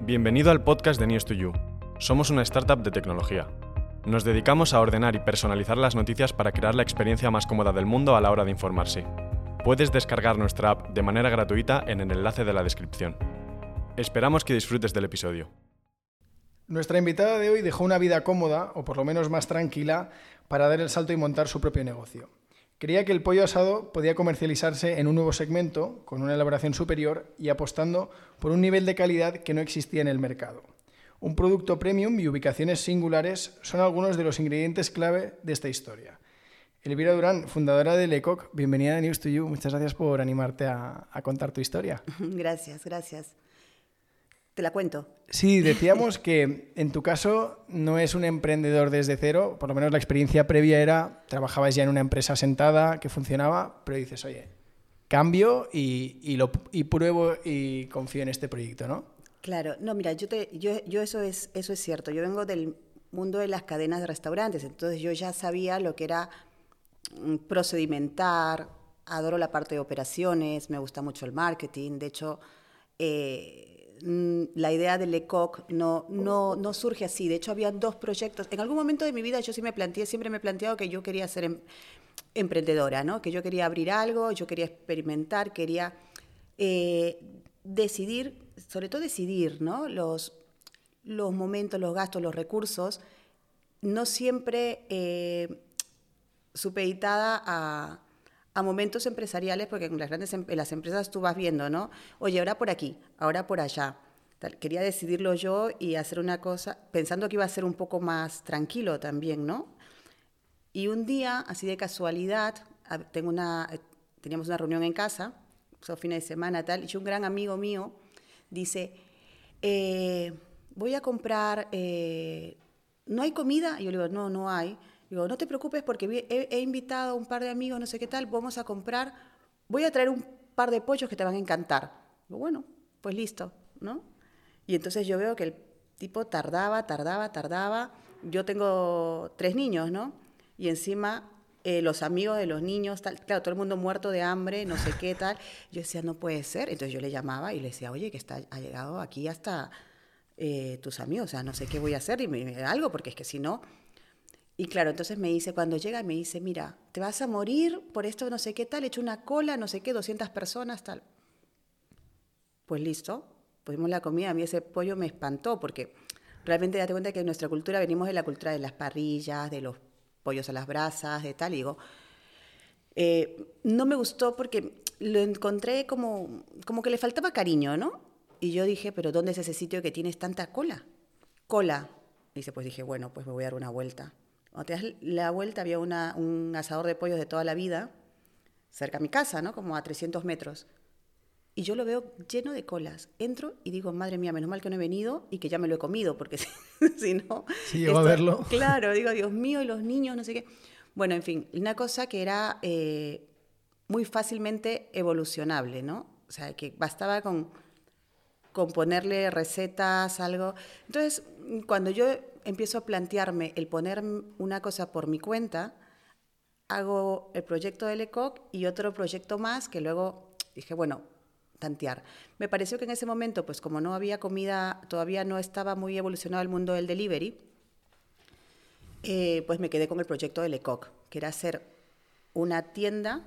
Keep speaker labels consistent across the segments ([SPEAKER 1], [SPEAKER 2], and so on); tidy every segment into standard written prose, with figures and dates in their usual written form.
[SPEAKER 1] Bienvenido al podcast de News2You. Somos una startup de tecnología. Nos dedicamos a ordenar y personalizar las noticias para crear la experiencia más cómoda del mundo a la hora de informarse. Puedes descargar nuestra app de manera gratuita en el enlace de la descripción. Esperamos que disfrutes del episodio.
[SPEAKER 2] Nuestra invitada de hoy dejó una vida cómoda, o por lo menos más tranquila, para dar el salto y montar su propio negocio. Creía que el pollo asado podía comercializarse en un nuevo segmento, con una elaboración superior y apostando por un nivel de calidad que no existía en el mercado. Un producto premium y ubicaciones singulares son algunos de los ingredientes clave de esta historia. Elvira Durán, fundadora de Lecoq, bienvenida a News2You. Muchas gracias por animarte a contar tu historia.
[SPEAKER 3] Gracias. Te la cuento.
[SPEAKER 2] Sí, decíamos que en tu caso no es un emprendedor desde cero, por lo menos la experiencia previa era, trabajabas ya en una empresa asentada que funcionaba, pero dices, oye, cambio y pruebo y confío en este proyecto, ¿no?
[SPEAKER 3] Claro, no, mira, yo eso es cierto. Yo vengo del mundo de las cadenas de restaurantes, entonces yo ya sabía lo que era procedimentar, adoro la parte de operaciones, me gusta mucho el marketing, de hecho... la idea de Lecoq no surge así. De hecho, había dos proyectos. En algún momento de mi vida yo siempre me he planteado que yo quería ser emprendedora, ¿no? Que yo quería abrir algo, yo quería experimentar, quería decidir, sobre todo decidir, ¿no? Los momentos, los gastos, los recursos, no siempre supeditada a momentos empresariales, porque en las empresas tú vas viendo, ¿no? Oye, ahora por aquí, ahora por allá. Quería decidirlo yo y hacer una cosa, pensando que iba a ser un poco más tranquilo también, ¿no? Y un día, así de casualidad, teníamos una reunión en casa, esos fines de semana, tal, y un gran amigo mío dice, voy a comprar, ¿no hay comida? Y yo le digo, no hay. Digo, no te preocupes porque he invitado a un par de amigos, no sé qué tal, vamos a comprar, voy a traer un par de pollos que te van a encantar. Digo, bueno, pues listo, ¿no? Y entonces yo veo que el tipo tardaba. Yo tengo 3 niños, ¿no? Y encima los amigos de los niños, tal, claro, todo el mundo muerto de hambre, no sé qué tal. Yo decía, no puede ser. Entonces yo le llamaba y le decía, oye, que ha llegado aquí hasta tus amigos, o sea, no sé qué voy a hacer, y algo, porque es que si no... Y claro, entonces me dice, cuando llega, me dice, mira, te vas a morir por esto, no sé qué tal, he hecho una cola, no sé qué, 200 personas, tal. Pues listo, pusimos la comida, a mí ese pollo me espantó, porque realmente date cuenta que en nuestra cultura venimos de la cultura de las parrillas, de los pollos a las brasas, de tal, y digo, no me gustó porque lo encontré como que le faltaba cariño, ¿no? Y yo dije, pero ¿dónde es ese sitio que tienes tanta cola? Cola. Y pues dije, bueno, pues me voy a dar una vuelta. Cuando te das la vuelta había un asador de pollos de toda la vida, cerca a mi casa, ¿no? Como a 300 metros. Y yo lo veo lleno de colas. Entro y digo, madre mía, menos mal que no he venido y que ya me lo he comido, porque si no...
[SPEAKER 2] Sí, llegó a verlo.
[SPEAKER 3] Claro, digo, Dios mío, y los niños, no sé qué. Bueno, en fin, una cosa que era muy fácilmente evolucionable, ¿no? O sea, que bastaba con ponerle recetas, algo. Entonces, cuando yo empiezo a plantearme el poner una cosa por mi cuenta, hago el proyecto de Lecoq y otro proyecto más que luego dije, bueno, tantear. Me pareció que en ese momento, pues como no había comida, todavía no estaba muy evolucionado el mundo del delivery, pues me quedé con el proyecto de Lecoq, que era hacer una tienda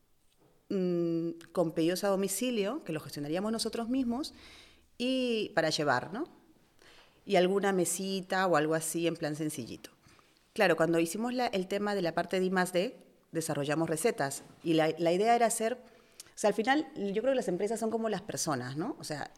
[SPEAKER 3] con pedidos a domicilio, que lo gestionaríamos nosotros mismos, y para llevar, ¿no? Y alguna mesita o algo así en plan sencillito. Claro, cuando hicimos el tema de la parte de I+D, desarrollamos recetas. Y la idea era hacer... O sea, al final, yo creo que las empresas son como las personas, ¿no? O sea,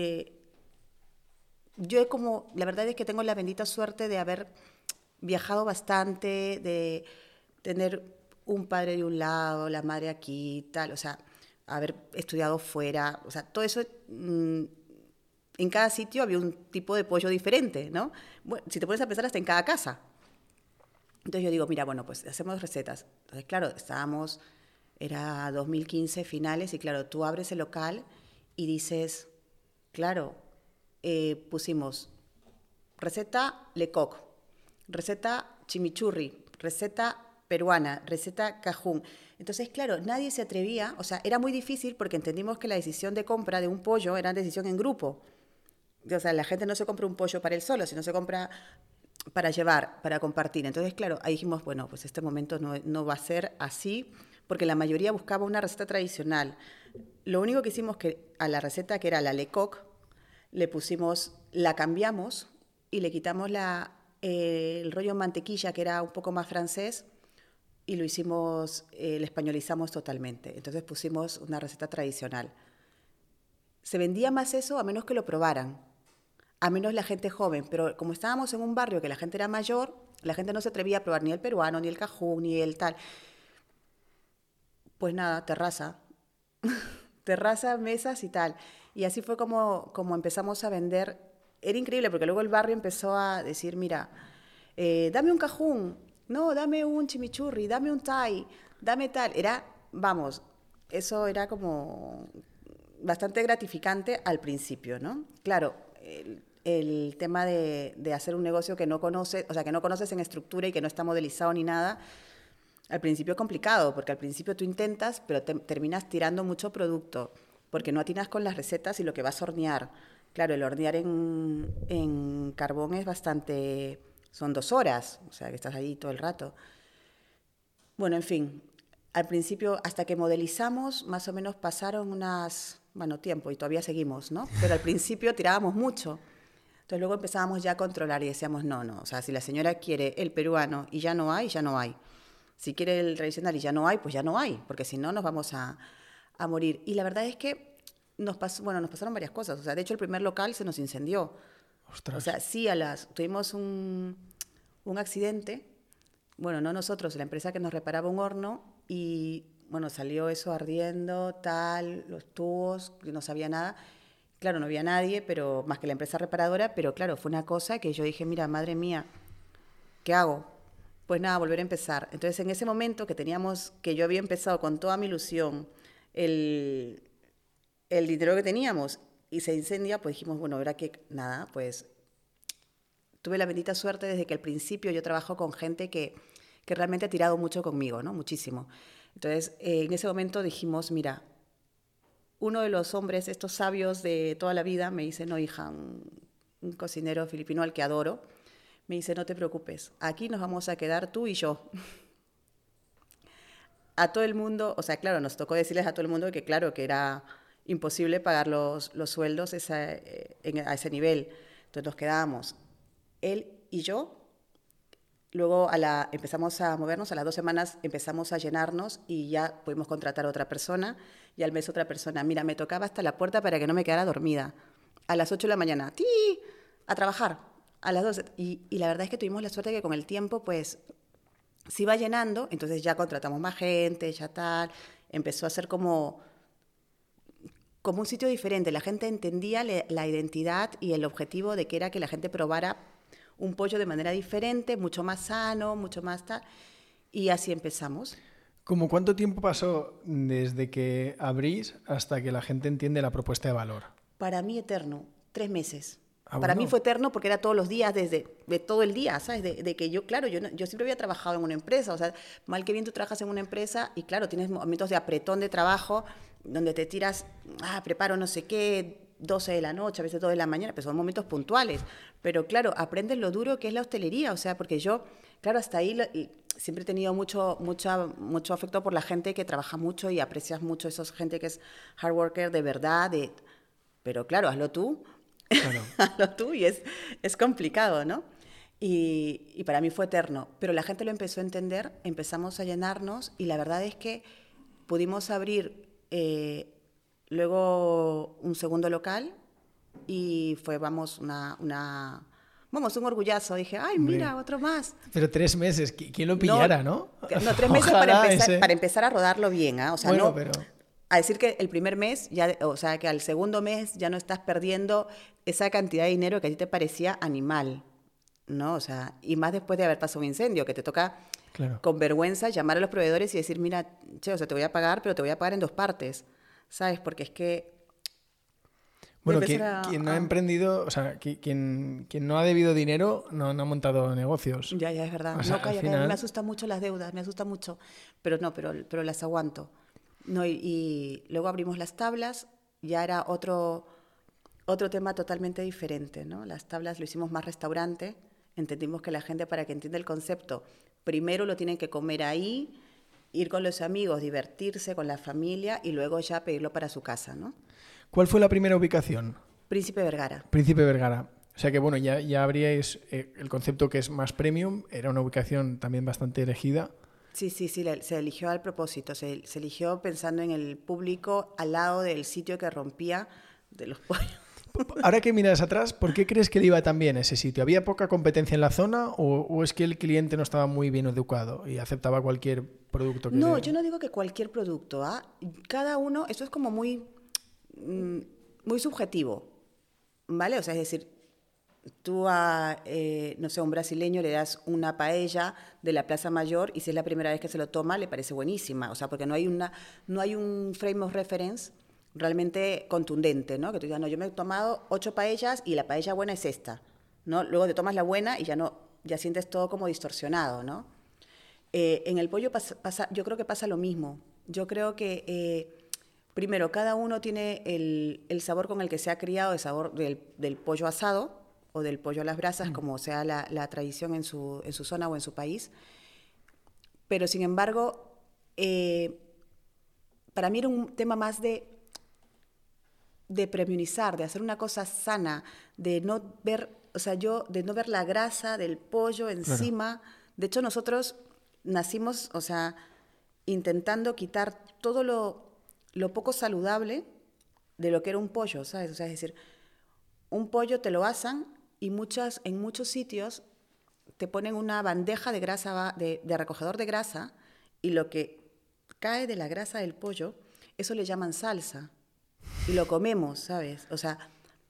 [SPEAKER 3] la verdad es que tengo la bendita suerte de haber viajado bastante, de tener un padre de un lado, la madre aquí, tal, o sea, haber estudiado fuera, o sea, todo eso... en cada sitio había un tipo de pollo diferente, ¿no? Bueno, si te pones a pensar, hasta en cada casa. Entonces yo digo, mira, bueno, pues hacemos recetas. Entonces, claro, era 2015 finales, y claro, tú abres el local y dices, claro, pusimos receta Lecoq, receta chimichurri, receta peruana, receta cajún. Entonces, claro, nadie se atrevía, o sea, era muy difícil porque entendimos que la decisión de compra de un pollo era una decisión en grupo. O sea, la gente no se compra un pollo para él solo, sino se compra para llevar, para compartir. Entonces, claro, ahí dijimos, bueno, pues este momento no va a ser así, porque la mayoría buscaba una receta tradicional. Lo único que hicimos que a la receta, que era la Le Coq, le pusimos, la cambiamos y le quitamos el rollo en mantequilla, que era un poco más francés, y lo hicimos, le españolizamos totalmente. Entonces pusimos una receta tradicional. Se vendía más eso a menos que lo probaran, a menos la gente joven, pero como estábamos en un barrio que la gente era mayor, la gente no se atrevía a probar ni el peruano, ni el cajú, ni el tal. Pues nada, terraza, mesas y tal. Y así fue como empezamos a vender. Era increíble porque luego el barrio empezó a decir, mira, dame un cajún, no, dame un chimichurri, dame un thai, dame tal. Vamos, eso era como bastante gratificante al principio, ¿no? Claro, el tema de hacer un negocio que no conoces, o sea, que no conoces en estructura y que no está modelizado ni nada, al principio es complicado, porque al principio tú intentas, pero terminas tirando mucho producto, porque no atinas con las recetas y lo que vas a hornear. Claro, el hornear en carbón es bastante... Son 2 horas, o sea, que estás ahí todo el rato. Bueno, en fin, al principio, hasta que modelizamos, más o menos pasaron tiempo, y todavía seguimos, ¿no? Pero al principio tirábamos mucho. Entonces luego empezábamos ya a controlar y decíamos, no, o sea, si la señora quiere el peruano y ya no hay, ya no hay. Si quiere el tradicional y ya no hay, pues ya no hay, porque si no nos vamos a morir. Y la verdad es que nos pasaron varias cosas. O sea, de hecho el primer local se nos incendió.
[SPEAKER 2] Ostras.
[SPEAKER 3] O sea, sí, tuvimos un accidente, bueno, no nosotros, la empresa que nos reparaba un horno, y bueno, salió eso ardiendo, tal, los tubos, no sabía nada. Claro, no había nadie, pero más que la empresa reparadora, pero claro, fue una cosa que yo dije, mira, madre mía, ¿qué hago? Pues nada, volver a empezar. Entonces, en ese momento que yo había empezado con toda mi ilusión, el dinero que teníamos, y se incendia, pues dijimos, bueno, ahora que nada, pues tuve la bendita suerte desde que al principio yo trabajo con gente que realmente ha tirado mucho conmigo, ¿no? Muchísimo. Entonces, en ese momento dijimos, mira, uno de los hombres, estos sabios de toda la vida, me dice, no, hija, un cocinero filipino al que adoro, me dice, no te preocupes, aquí nos vamos a quedar tú y yo. A todo el mundo, o sea, claro, nos tocó decirles a todo el mundo que claro, que era imposible pagar los sueldos a ese nivel. Entonces nos quedábamos él y yo. Luego empezamos a movernos, a las 2 semanas empezamos a llenarnos y ya pudimos contratar a otra persona, y al mes otra persona. Mira, me tocaba hasta la puerta para que no me quedara dormida. A las 8 de la mañana, ¡tí!, a trabajar. A las 12. Y la verdad es que tuvimos la suerte que con el tiempo, pues, se iba llenando, entonces ya contratamos más gente, ya tal. Empezó a ser como un sitio diferente. La gente entendía la identidad y el objetivo de que era que la gente probara un pollo de manera diferente, mucho más sano, mucho más tal. Y así empezamos.
[SPEAKER 2] ¿Cómo cuánto tiempo pasó desde que abrís hasta que la gente entiende la propuesta de valor?
[SPEAKER 3] Para mí eterno, 3 meses.
[SPEAKER 2] Ah,
[SPEAKER 3] Para
[SPEAKER 2] bueno.
[SPEAKER 3] mí fue eterno porque era todos los días, de todo el día, ¿sabes? De que yo, claro, yo siempre había trabajado en una empresa, o sea, mal que bien tú trabajas en una empresa y claro, tienes momentos de apretón de trabajo donde te tiras, preparo no sé qué, 12 de la noche, a veces 2 de la mañana, pero son momentos puntuales. Pero claro, aprendes lo duro que es la hostelería, o sea, porque yo, claro, hasta ahí siempre he tenido mucho afecto por la gente que trabaja mucho y aprecias mucho a esa gente que es hard worker de verdad, pero claro, hazlo tú. Claro. Hazlo tú y es complicado, ¿no? Y para mí fue eterno. Pero la gente lo empezó a entender, empezamos a llenarnos y la verdad es que pudimos abrir luego un segundo local y fue, un orgullazo. Dije, ¡ay, mira, otro más!
[SPEAKER 2] Pero 3 meses, ¿quién lo pillara, no?
[SPEAKER 3] No, 3 meses para empezar a rodarlo bien, ¿eh? O sea,
[SPEAKER 2] bueno,
[SPEAKER 3] no...
[SPEAKER 2] pero...
[SPEAKER 3] A decir que el primer mes, o sea, que al segundo mes ya no estás perdiendo esa cantidad de dinero que a ti te parecía animal, ¿no? O sea, y más después de haber pasado un incendio, que te toca con vergüenza llamar a los proveedores y decir, mira, o sea, te voy a pagar, pero te voy a pagar en 2 partes, ¿sabes? Porque es que...
[SPEAKER 2] Bueno, quien no ha emprendido, o sea, quien no ha debido dinero no ha montado negocios.
[SPEAKER 3] Ya, es verdad.
[SPEAKER 2] O sea,
[SPEAKER 3] calla,
[SPEAKER 2] final...
[SPEAKER 3] me asustan mucho las deudas, me asusta mucho, pero las aguanto. No, y luego abrimos las tablas, ya era otro otro tema totalmente diferente, ¿no? Las tablas lo hicimos más restaurante, entendimos que la gente, para que entienda el concepto, primero lo tienen que comer ahí, ir con los amigos, divertirse con la familia y luego ya pedirlo para su casa, ¿no?
[SPEAKER 2] ¿Cuál fue la primera ubicación?
[SPEAKER 3] Príncipe Vergara.
[SPEAKER 2] Príncipe Vergara. O sea que bueno, ya habríais el concepto que es más premium, era una ubicación también bastante elegida.
[SPEAKER 3] Sí, se eligió al propósito, se eligió pensando en el público al lado del sitio que rompía de los pollos.
[SPEAKER 2] Ahora que miras atrás, ¿por qué crees que le iba tan bien ese sitio? ¿Había poca competencia en la zona o es que el cliente no estaba muy bien educado y aceptaba cualquier producto?
[SPEAKER 3] No, yo no digo que cualquier producto, ¿ah? Cada uno, eso es como muy subjetivo, ¿vale? O sea, es decir, tú a, no sé, a un brasileño le das una paella de la Plaza Mayor y si es la primera vez que se lo toma, le parece buenísima. O sea, porque no hay un frame of reference realmente contundente, ¿no? Que tú digas, no, yo me he tomado 8 paellas y la paella buena es esta, ¿no? Luego te tomas la buena y ya sientes todo como distorsionado, ¿no? En el pollo yo creo que pasa lo mismo. Yo creo que, primero, cada uno tiene el sabor con el que se ha criado, el sabor del pollo asado o del pollo a las brasas, como sea la tradición en su zona o en su país. Pero, sin embargo, para mí era un tema más de premiumizar, de hacer una cosa sana, de no ver, de no ver la grasa del pollo encima. Claro. De hecho, nosotros nacimos, intentando quitar todo lo poco saludable de lo que era un pollo, ¿sabes? O sea, es decir, un pollo te lo asan y en muchos sitios te ponen una bandeja de grasa, de recogedor de grasa, y lo que cae de la grasa del pollo, eso le llaman salsa. Y lo comemos, ¿sabes? O sea,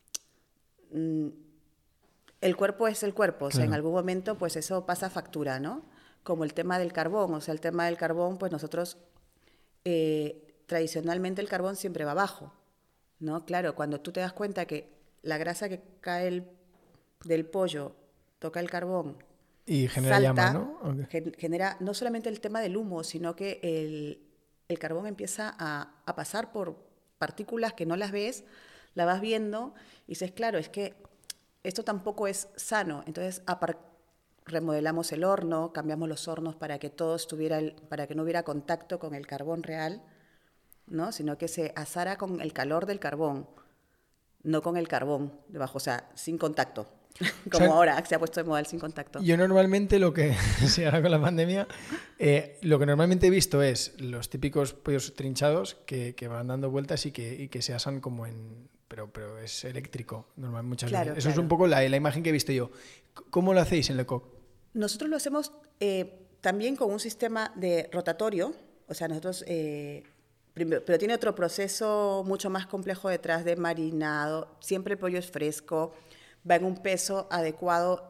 [SPEAKER 3] el cuerpo es el cuerpo. Claro. O sea, en algún momento, pues eso pasa factura, ¿no? Como el tema del carbón. O sea, el tema del carbón, pues nosotros, tradicionalmente el carbón siempre va abajo, ¿no? Claro, cuando tú te das cuenta que la grasa que cae del pollo toca el carbón
[SPEAKER 2] y genera
[SPEAKER 3] salta,
[SPEAKER 2] llama, ¿no? Okay.
[SPEAKER 3] Genera no solamente el tema del humo, sino que el carbón empieza a pasar por partículas que no las ves, la vas viendo y dices, claro, es que esto tampoco es sano. Entonces remodelamos el horno, cambiamos los hornos para que para que no hubiera contacto con el carbón real, ¿no? Sino que se asara con el calor del carbón, no con el carbón debajo, o sea, sin contacto. Como ahora se ha puesto de moda el sin contacto.
[SPEAKER 2] Yo normalmente sí, ahora con la pandemia, lo que normalmente he visto es los típicos pollos trinchados que van dando vueltas y que se asan como pero es eléctrico, normalmente muchas veces. Eso es un poco la imagen que he visto yo. ¿Cómo lo hacéis en Lecoq?
[SPEAKER 3] Nosotros lo hacemos también con un sistema de rotatorio, o sea, nosotros... pero tiene otro proceso mucho más complejo detrás de marinado. Siempre el pollo es fresco, va en un peso adecuado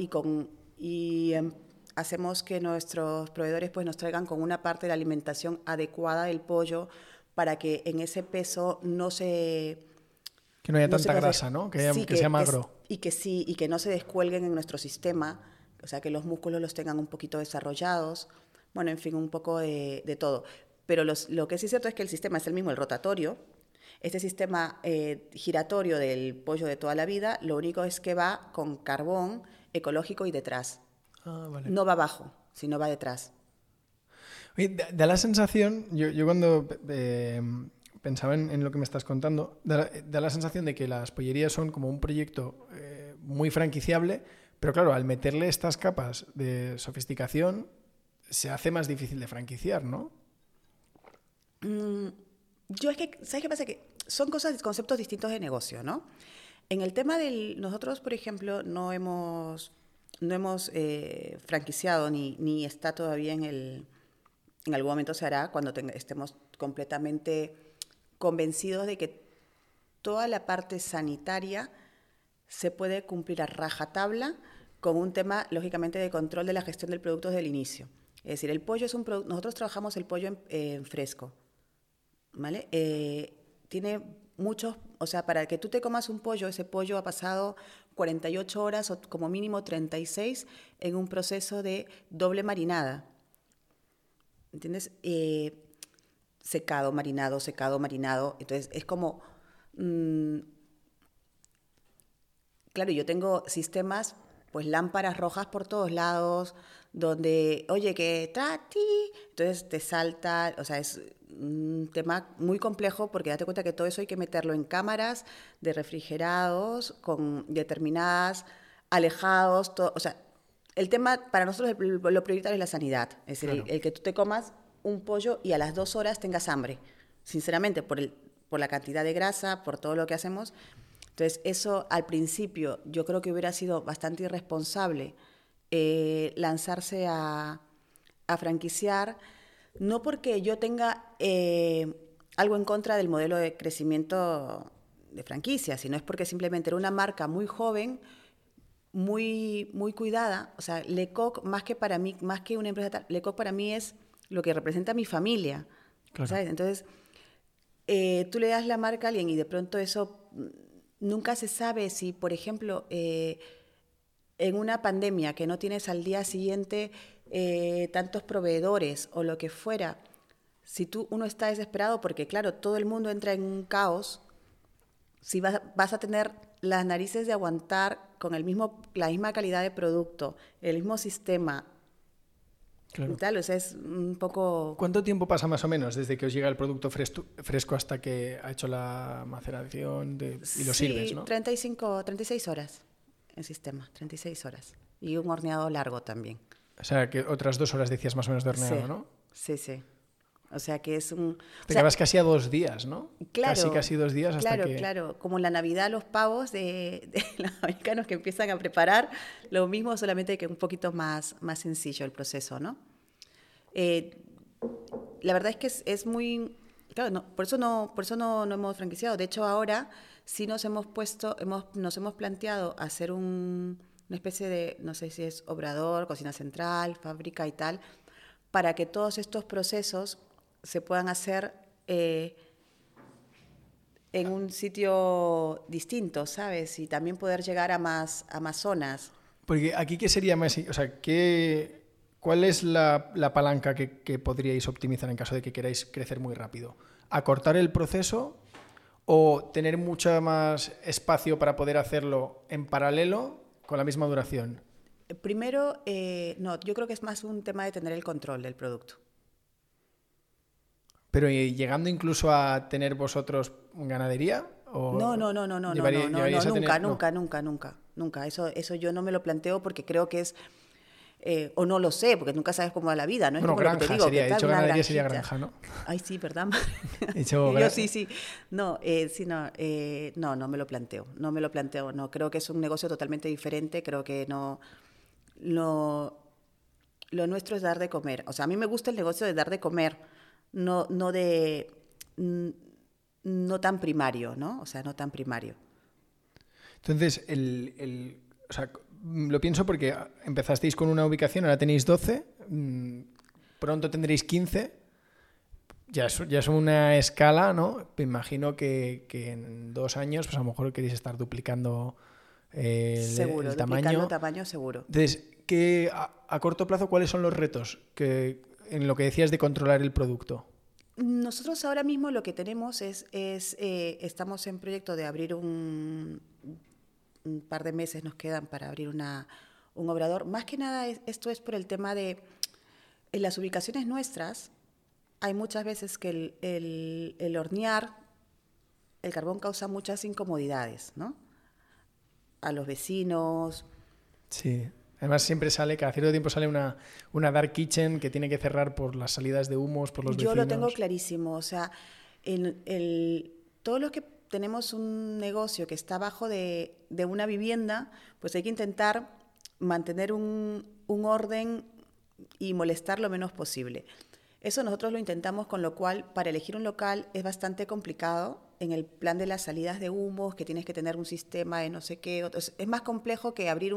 [SPEAKER 3] y hacemos que nuestros proveedores pues, nos traigan con una parte de la alimentación adecuada del pollo para que en ese peso no se...
[SPEAKER 2] Que no haya tanta grasa, ¿no? Que sea magro.
[SPEAKER 3] Y que no se descuelguen en nuestro sistema, o sea, que los músculos los tengan un poquito desarrollados. Bueno, en fin, un poco de todo. Pero lo que sí es cierto es que el sistema es el mismo, el rotatorio. Este sistema giratorio del pollo de toda la vida, lo único es que va con carbón ecológico y detrás.
[SPEAKER 2] Ah, vale.
[SPEAKER 3] No va abajo, sino va detrás.
[SPEAKER 2] Oye, da la sensación, yo cuando pensaba en lo que me estás contando, da la sensación de que las pollerías son como un proyecto muy franquiciable, pero claro, al meterle estas capas de sofisticación, se hace más difícil de franquiciar, ¿no?
[SPEAKER 3] Yo es que, ¿sabes qué pasa? Que son conceptos distintos de negocio, ¿no? En el tema nosotros, por ejemplo, no hemos franquiciado ni está todavía en algún momento se hará cuando estemos completamente convencidos de que toda la parte sanitaria se puede cumplir a rajatabla con un tema, lógicamente, de control de la gestión del producto desde el inicio. Es decir, el pollo es un producto, nosotros trabajamos el pollo en fresco. ¿Vale? Tiene muchos, o sea, para que tú te comas un pollo, ese pollo ha pasado 48 horas o como mínimo 36 en un proceso de doble marinada. ¿Entiendes? Secado, marinado. Entonces es como claro, yo tengo sistemas, pues lámparas rojas por todos lados, donde, oye, que trati, entonces te salta, o sea, es un tema muy complejo porque date cuenta que todo eso hay que meterlo en cámaras de refrigerados con determinadas, alejados, todo, o sea, el tema para nosotros lo prioritario es la sanidad, es decir,
[SPEAKER 2] Claro.
[SPEAKER 3] el que tú te comas un pollo y a las 2 horas tengas hambre, sinceramente, por la cantidad de grasa, por todo lo que hacemos. Entonces, eso al principio yo creo que hubiera sido bastante irresponsable lanzarse a franquiciar, no porque yo tenga algo en contra del modelo de crecimiento de franquicia, sino es porque simplemente era una marca muy joven, muy cuidada. O sea, Lecoq, más que para mí, más que una empresa tal, Lecoq para mí es lo que representa a mi familia,
[SPEAKER 2] Claro.
[SPEAKER 3] ¿sabes? Entonces, tú le das la marca a alguien y de pronto eso nunca se sabe si, por ejemplo, en una pandemia que no tienes al día siguiente tantos proveedores o lo que fuera, si uno está desesperado porque, claro, todo el mundo entra en un caos, si vas a tener las narices de aguantar con la misma calidad de producto, el mismo sistema,
[SPEAKER 2] Claro.
[SPEAKER 3] y tal, o sea, es un poco...
[SPEAKER 2] ¿Cuánto tiempo pasa más o menos desde que os llega el producto fresco hasta que ha hecho la maceración y lo sirves, ¿no?
[SPEAKER 3] 36 horas el sistema, 36 horas. Y un horneado largo también.
[SPEAKER 2] O sea, que otras 2 horas decías más o menos de horneado,
[SPEAKER 3] Sí,
[SPEAKER 2] ¿no?
[SPEAKER 3] sí. O sea que es un...
[SPEAKER 2] Te quedabas casi a 2 días, ¿no?
[SPEAKER 3] Claro,
[SPEAKER 2] Casi 2 días hasta que...
[SPEAKER 3] Claro. Como en la Navidad los pavos de los americanos que empiezan a preparar, lo mismo, solamente que un poquito más sencillo el proceso, ¿no? La verdad es que es muy... Claro, por eso no hemos franquiciado. De hecho, ahora sí nos hemos planteado hacer una especie de, no sé si es obrador, cocina central, fábrica y tal, para que todos estos procesos se puedan hacer en un sitio distinto, ¿sabes? Y también poder llegar a más zonas.
[SPEAKER 2] Porque aquí, ¿qué sería más? O sea, ¿cuál es la palanca que podríais optimizar en caso de que queráis crecer muy rápido? ¿Acortar el proceso o tener mucho más espacio para poder hacerlo en paralelo con la misma duración?
[SPEAKER 3] Primero, no, yo creo que es más un tema de tener el control del producto.
[SPEAKER 2] Pero llegando incluso a tener vosotros ganadería, ¿o
[SPEAKER 3] No, nunca. Eso yo no me lo planteo porque creo que es, o no lo sé, porque nunca sabes cómo va la vida, ¿no? Es
[SPEAKER 2] bueno,
[SPEAKER 3] como
[SPEAKER 2] granja
[SPEAKER 3] lo que te digo,
[SPEAKER 2] sería,
[SPEAKER 3] que
[SPEAKER 2] hecho
[SPEAKER 3] una
[SPEAKER 2] ganadería sería
[SPEAKER 3] granjita.
[SPEAKER 2] granja, ¿no?
[SPEAKER 3] Ay, sí, ¿verdad?
[SPEAKER 2] Hecho
[SPEAKER 3] Sí. No, no me lo planteo. No, creo que es un negocio totalmente diferente. Creo que no. Lo nuestro es dar de comer. O sea, a mí me gusta el negocio de dar de comer, no tan primario, ¿no? O sea, no tan primario.
[SPEAKER 2] Entonces, o sea, lo pienso porque empezasteis con una ubicación, ahora tenéis 12, pronto tendréis 15. Ya es una escala, ¿no? Me imagino que en 2 años, pues a lo mejor queréis estar duplicando
[SPEAKER 3] Seguro,
[SPEAKER 2] el
[SPEAKER 3] duplicando
[SPEAKER 2] tamaño.
[SPEAKER 3] tamaño, seguro.
[SPEAKER 2] Entonces, a corto plazo, ¿cuáles son los retos en lo que decías de controlar el producto?
[SPEAKER 3] Nosotros ahora mismo lo que tenemos estamos en proyecto de abrir un par de meses nos quedan para abrir un obrador. Más que nada esto es por el tema de en las ubicaciones nuestras hay muchas veces que el hornear el carbón causa muchas incomodidades, ¿no? A los vecinos.
[SPEAKER 2] Sí. Además siempre cada cierto tiempo sale una dark kitchen que tiene que cerrar por las salidas de humos, por los vecinos.
[SPEAKER 3] Yo lo tengo clarísimo, o sea, todos los que tenemos un negocio que está abajo de una vivienda, pues hay que intentar mantener un orden y molestar lo menos posible. Eso nosotros lo intentamos, con lo cual para elegir un local es bastante complicado en el plan de las salidas de humos, que tienes que tener un sistema de no sé qué. Es más complejo que abrir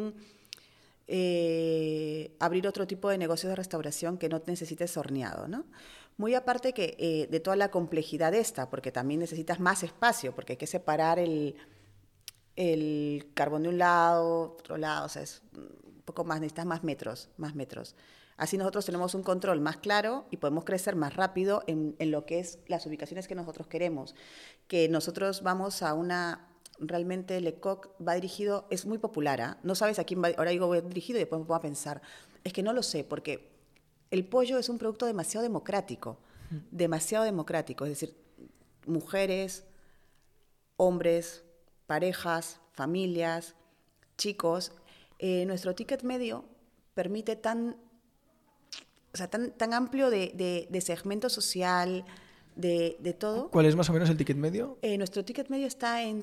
[SPEAKER 3] otro tipo de negocio de restauración que no necesites horneado, ¿no? Muy aparte que de toda la complejidad porque también necesitas más espacio, porque hay que separar el carbón de un lado, otro lado, o sea, es un poco más, necesitas más metros. Así nosotros tenemos un control más claro y podemos crecer más rápido en lo que es las ubicaciones que nosotros queremos. Que nosotros vamos a realmente Lecoq va dirigido, es muy popular, ¿eh? No sabes a quién va, ahora digo voy dirigido y después me pongo a pensar. Es que no lo sé, porque el pollo es un producto demasiado democrático, es decir, mujeres, hombres, parejas, familias, chicos. Nuestro ticket medio permite tan amplio de segmento social, de todo.
[SPEAKER 2] ¿Cuál es más o menos el ticket medio?
[SPEAKER 3] Nuestro ticket medio está en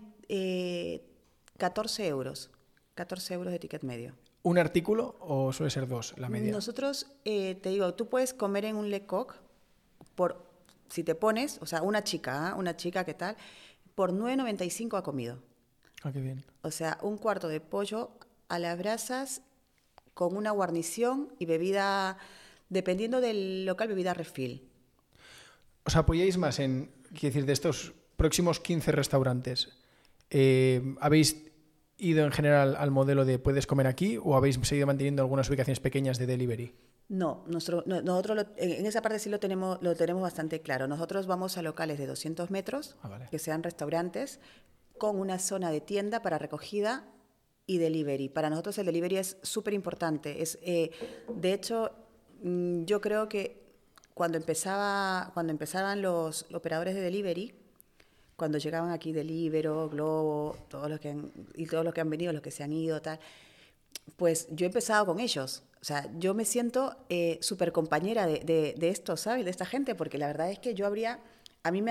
[SPEAKER 3] 14 euros. 14 euros de ticket medio.
[SPEAKER 2] ¿Un artículo o suele ser dos, la media?
[SPEAKER 3] Nosotros, te digo, tú puedes comer en un Lecoq si te pones, o sea, una chica, ¿qué tal? Por 9,95 ha comido.
[SPEAKER 2] Ah, qué bien.
[SPEAKER 3] O sea, un cuarto de pollo a las brasas con una guarnición y bebida, dependiendo del local, bebida refill.
[SPEAKER 2] ¿Os apoyáis más en, quiero decir, de estos próximos 15 restaurantes? ¿Habéis ido en general al modelo de puedes comer aquí o habéis seguido manteniendo algunas ubicaciones pequeñas de delivery?
[SPEAKER 3] No, nosotros en esa parte sí lo tenemos bastante claro. Nosotros vamos a locales de 200 metros,
[SPEAKER 2] vale,
[SPEAKER 3] que sean restaurantes, con una zona de tienda para recogida y delivery. Para nosotros el delivery es súper importante. De hecho, yo creo que cuando empezaban los operadores de delivery, cuando llegaban aquí Deliveroo, Globo, todos los que han venido, los que se han ido, tal, pues yo he empezado con ellos. O sea, yo me siento súper compañera de esto, ¿sabes? De esta gente, porque la verdad es que a mí me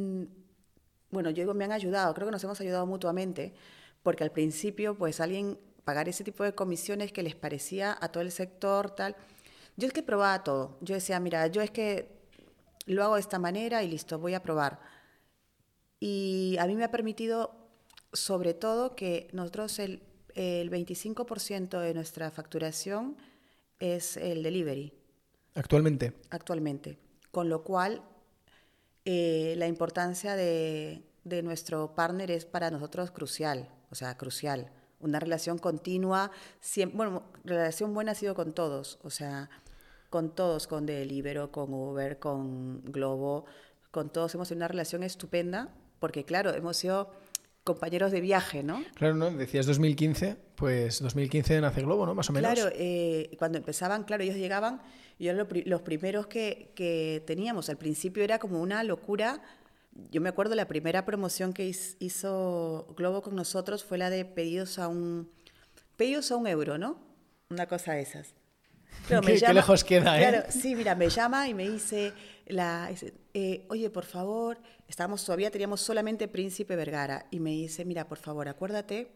[SPEAKER 3] han ayudado, creo que nos hemos ayudado mutuamente, porque al principio, pues pagar ese tipo de comisiones que les parecía a todo el sector, tal. Yo es que probaba todo. Yo decía, mira, yo es que lo hago de esta manera y listo, voy a probar. Y a mí me ha permitido, sobre todo, que nosotros el 25% de nuestra facturación es el delivery.
[SPEAKER 2] ¿Actualmente?
[SPEAKER 3] Actualmente. Con lo cual, la importancia de nuestro partner es para nosotros crucial. O sea, crucial. Una relación continua. Relación buena ha sido con todos. O sea, con todos, con Deliveroo, con Uber, con Globo. Con todos hemos tenido una relación estupenda. Porque, claro, hemos sido compañeros de viaje, ¿no?
[SPEAKER 2] Claro, ¿no? Decías 2015, pues 2015 nace Globo, ¿no? Más o menos.
[SPEAKER 3] Claro, cuando empezaban, claro, ellos llegaban y eran los primeros que teníamos. Al principio era como una locura. Yo me acuerdo la primera promoción que hizo Globo con nosotros fue la de pedidos a un euro, ¿no? Una cosa de esas.
[SPEAKER 2] Pero qué lejos queda, ¿eh?
[SPEAKER 3] Claro, sí, mira, me llama y me dice, oye, por favor, teníamos solamente Príncipe Vergara, y me dice, mira, por favor, acuérdate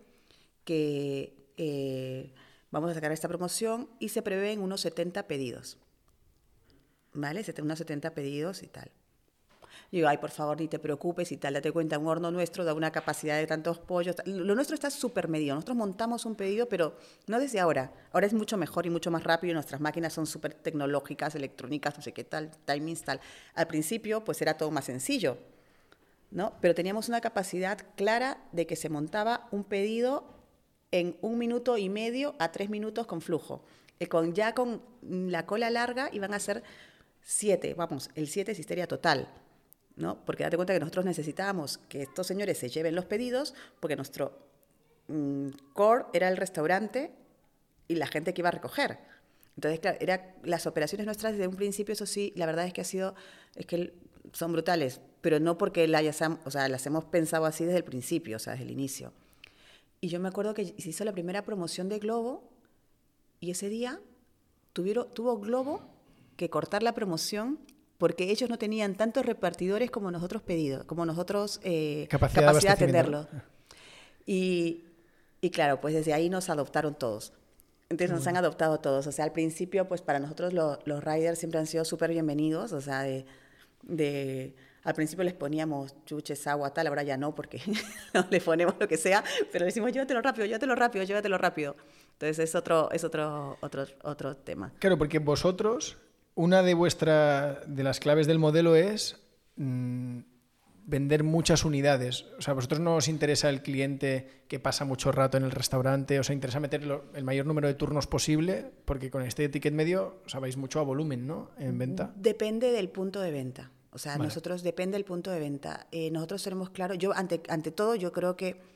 [SPEAKER 3] que vamos a sacar esta promoción y se prevén unos 70 pedidos, ¿vale? Unos 70 pedidos y tal. Y digo, ay, por favor, ni te preocupes y tal, date cuenta, un horno nuestro da una capacidad de tantos pollos. Lo nuestro está súper medido. Nosotros montamos un pedido, pero no desde ahora. Ahora es mucho mejor y mucho más rápido y nuestras máquinas son súper tecnológicas, electrónicas, no sé qué tal, timings, tal. Al principio, pues era todo más sencillo, ¿no? Pero teníamos una capacidad clara de que se montaba un pedido en 1 minuto y medio a 3 minutos con flujo. Con la cola larga iban a ser 7, el 7 es histeria total, ¿no? Porque date cuenta que nosotros necesitábamos que estos señores se lleven los pedidos porque nuestro core era el restaurante y la gente que iba a recoger. Entonces, claro, las operaciones nuestras desde un principio, eso sí, la verdad es que son brutales, pero no porque las hemos pensado así desde el principio, o sea, desde el inicio. Y yo me acuerdo que se hizo la primera promoción de Globo y ese día tuvo Globo que cortar la promoción porque ellos no tenían tantos repartidores como nosotros capacidad de atenderlo. Y claro, pues desde ahí nos adoptaron todos. Entonces nos han adoptado todos. O sea, al principio, pues para nosotros los riders siempre han sido súper bienvenidos. O sea, al principio les poníamos chuches, agua, tal. Ahora ya no, porque no les ponemos lo que sea. Pero le decimos, llévatelo rápido. Entonces es otro tema.
[SPEAKER 2] Claro, porque vosotros... Una de las claves del modelo es vender muchas unidades. O sea, a vosotros no os interesa el cliente que pasa mucho rato en el restaurante, os interesa meter el mayor número de turnos posible, porque con este ticket medio os vais mucho a volumen, ¿no? En venta.
[SPEAKER 3] Depende del punto de venta. O sea,
[SPEAKER 2] vale.
[SPEAKER 3] Nosotros depende del punto de venta. Nosotros tenemos claro, ante todo, yo creo que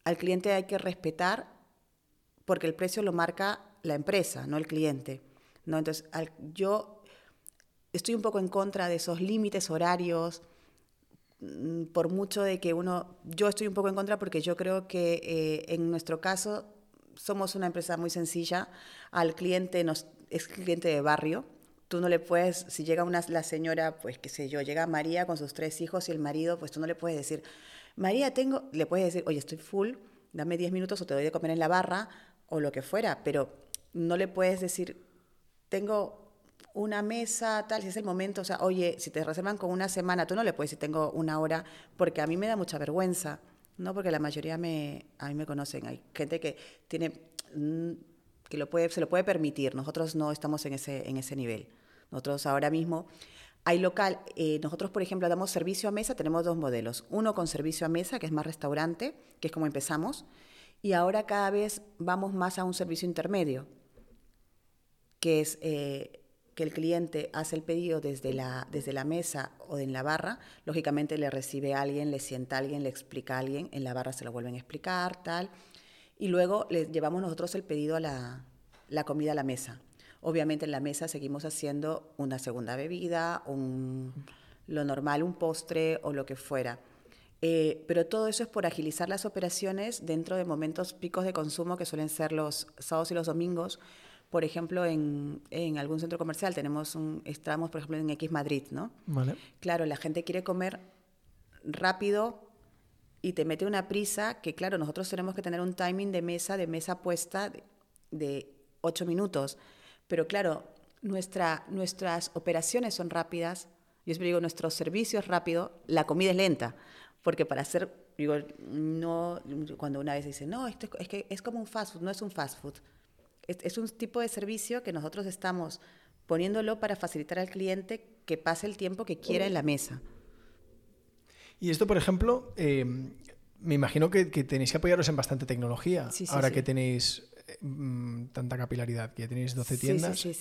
[SPEAKER 3] al cliente hay que respetar porque el precio lo marca la empresa, no el cliente, ¿no? Entonces, yo estoy un poco en contra de esos límites horarios, por mucho de que yo estoy un poco en contra porque yo creo que en nuestro caso somos una empresa muy sencilla, al cliente es cliente de barrio, tú no le puedes, si llega la señora, pues qué sé yo, llega María con sus 3 hijos y el marido, pues tú no le puedes decir, María, le puedes decir, oye, estoy full, dame 10 minutos o te doy de comer en la barra o lo que fuera, pero no le puedes decir, tengo una mesa, tal, si es el momento, o sea, oye, si te reservan con una semana, tú no le puedes decir tengo una hora, porque a mí me da mucha vergüenza, ¿no? Porque la mayoría a mí me conocen, hay gente que tiene, se lo puede permitir, nosotros no estamos en ese nivel. Nosotros ahora mismo hay local, nosotros por ejemplo damos servicio a mesa, tenemos 2 modelos, uno con servicio a mesa, que es más restaurante, que es como empezamos, y ahora cada vez vamos más a un servicio intermedio, que es que el cliente hace el pedido desde la mesa o en la barra, lógicamente le recibe a alguien, le sienta a alguien, le explica a alguien, en la barra se lo vuelven a explicar, tal, y luego le llevamos nosotros el pedido a la comida a la mesa. Obviamente en la mesa seguimos haciendo una segunda bebida, lo normal, un postre o lo que fuera. Pero todo eso es por agilizar las operaciones dentro de momentos picos de consumo que suelen ser los sábados y los domingos. Por ejemplo, en algún centro comercial estamos, por ejemplo, en X Madrid, ¿no?
[SPEAKER 2] Vale.
[SPEAKER 3] Claro, la gente quiere comer rápido y te mete una prisa que, claro, nosotros tenemos que tener un timing de mesa puesta de 8 minutos. Pero claro, nuestras operaciones son rápidas, yo siempre digo, nuestro servicio es rápido, la comida es lenta, porque para hacer, digo, no, cuando una vez dice, no, esto es que es como un fast food, no es un fast food. Es un tipo de servicio que nosotros estamos poniéndolo para facilitar al cliente que pase el tiempo que quiera en la mesa.
[SPEAKER 2] Y esto, por ejemplo, me imagino que tenéis que apoyaros en bastante tecnología,
[SPEAKER 3] Sí,
[SPEAKER 2] ahora
[SPEAKER 3] sí.
[SPEAKER 2] que tenéis tanta capilaridad, que ya tenéis 12 tiendas.
[SPEAKER 3] Sí,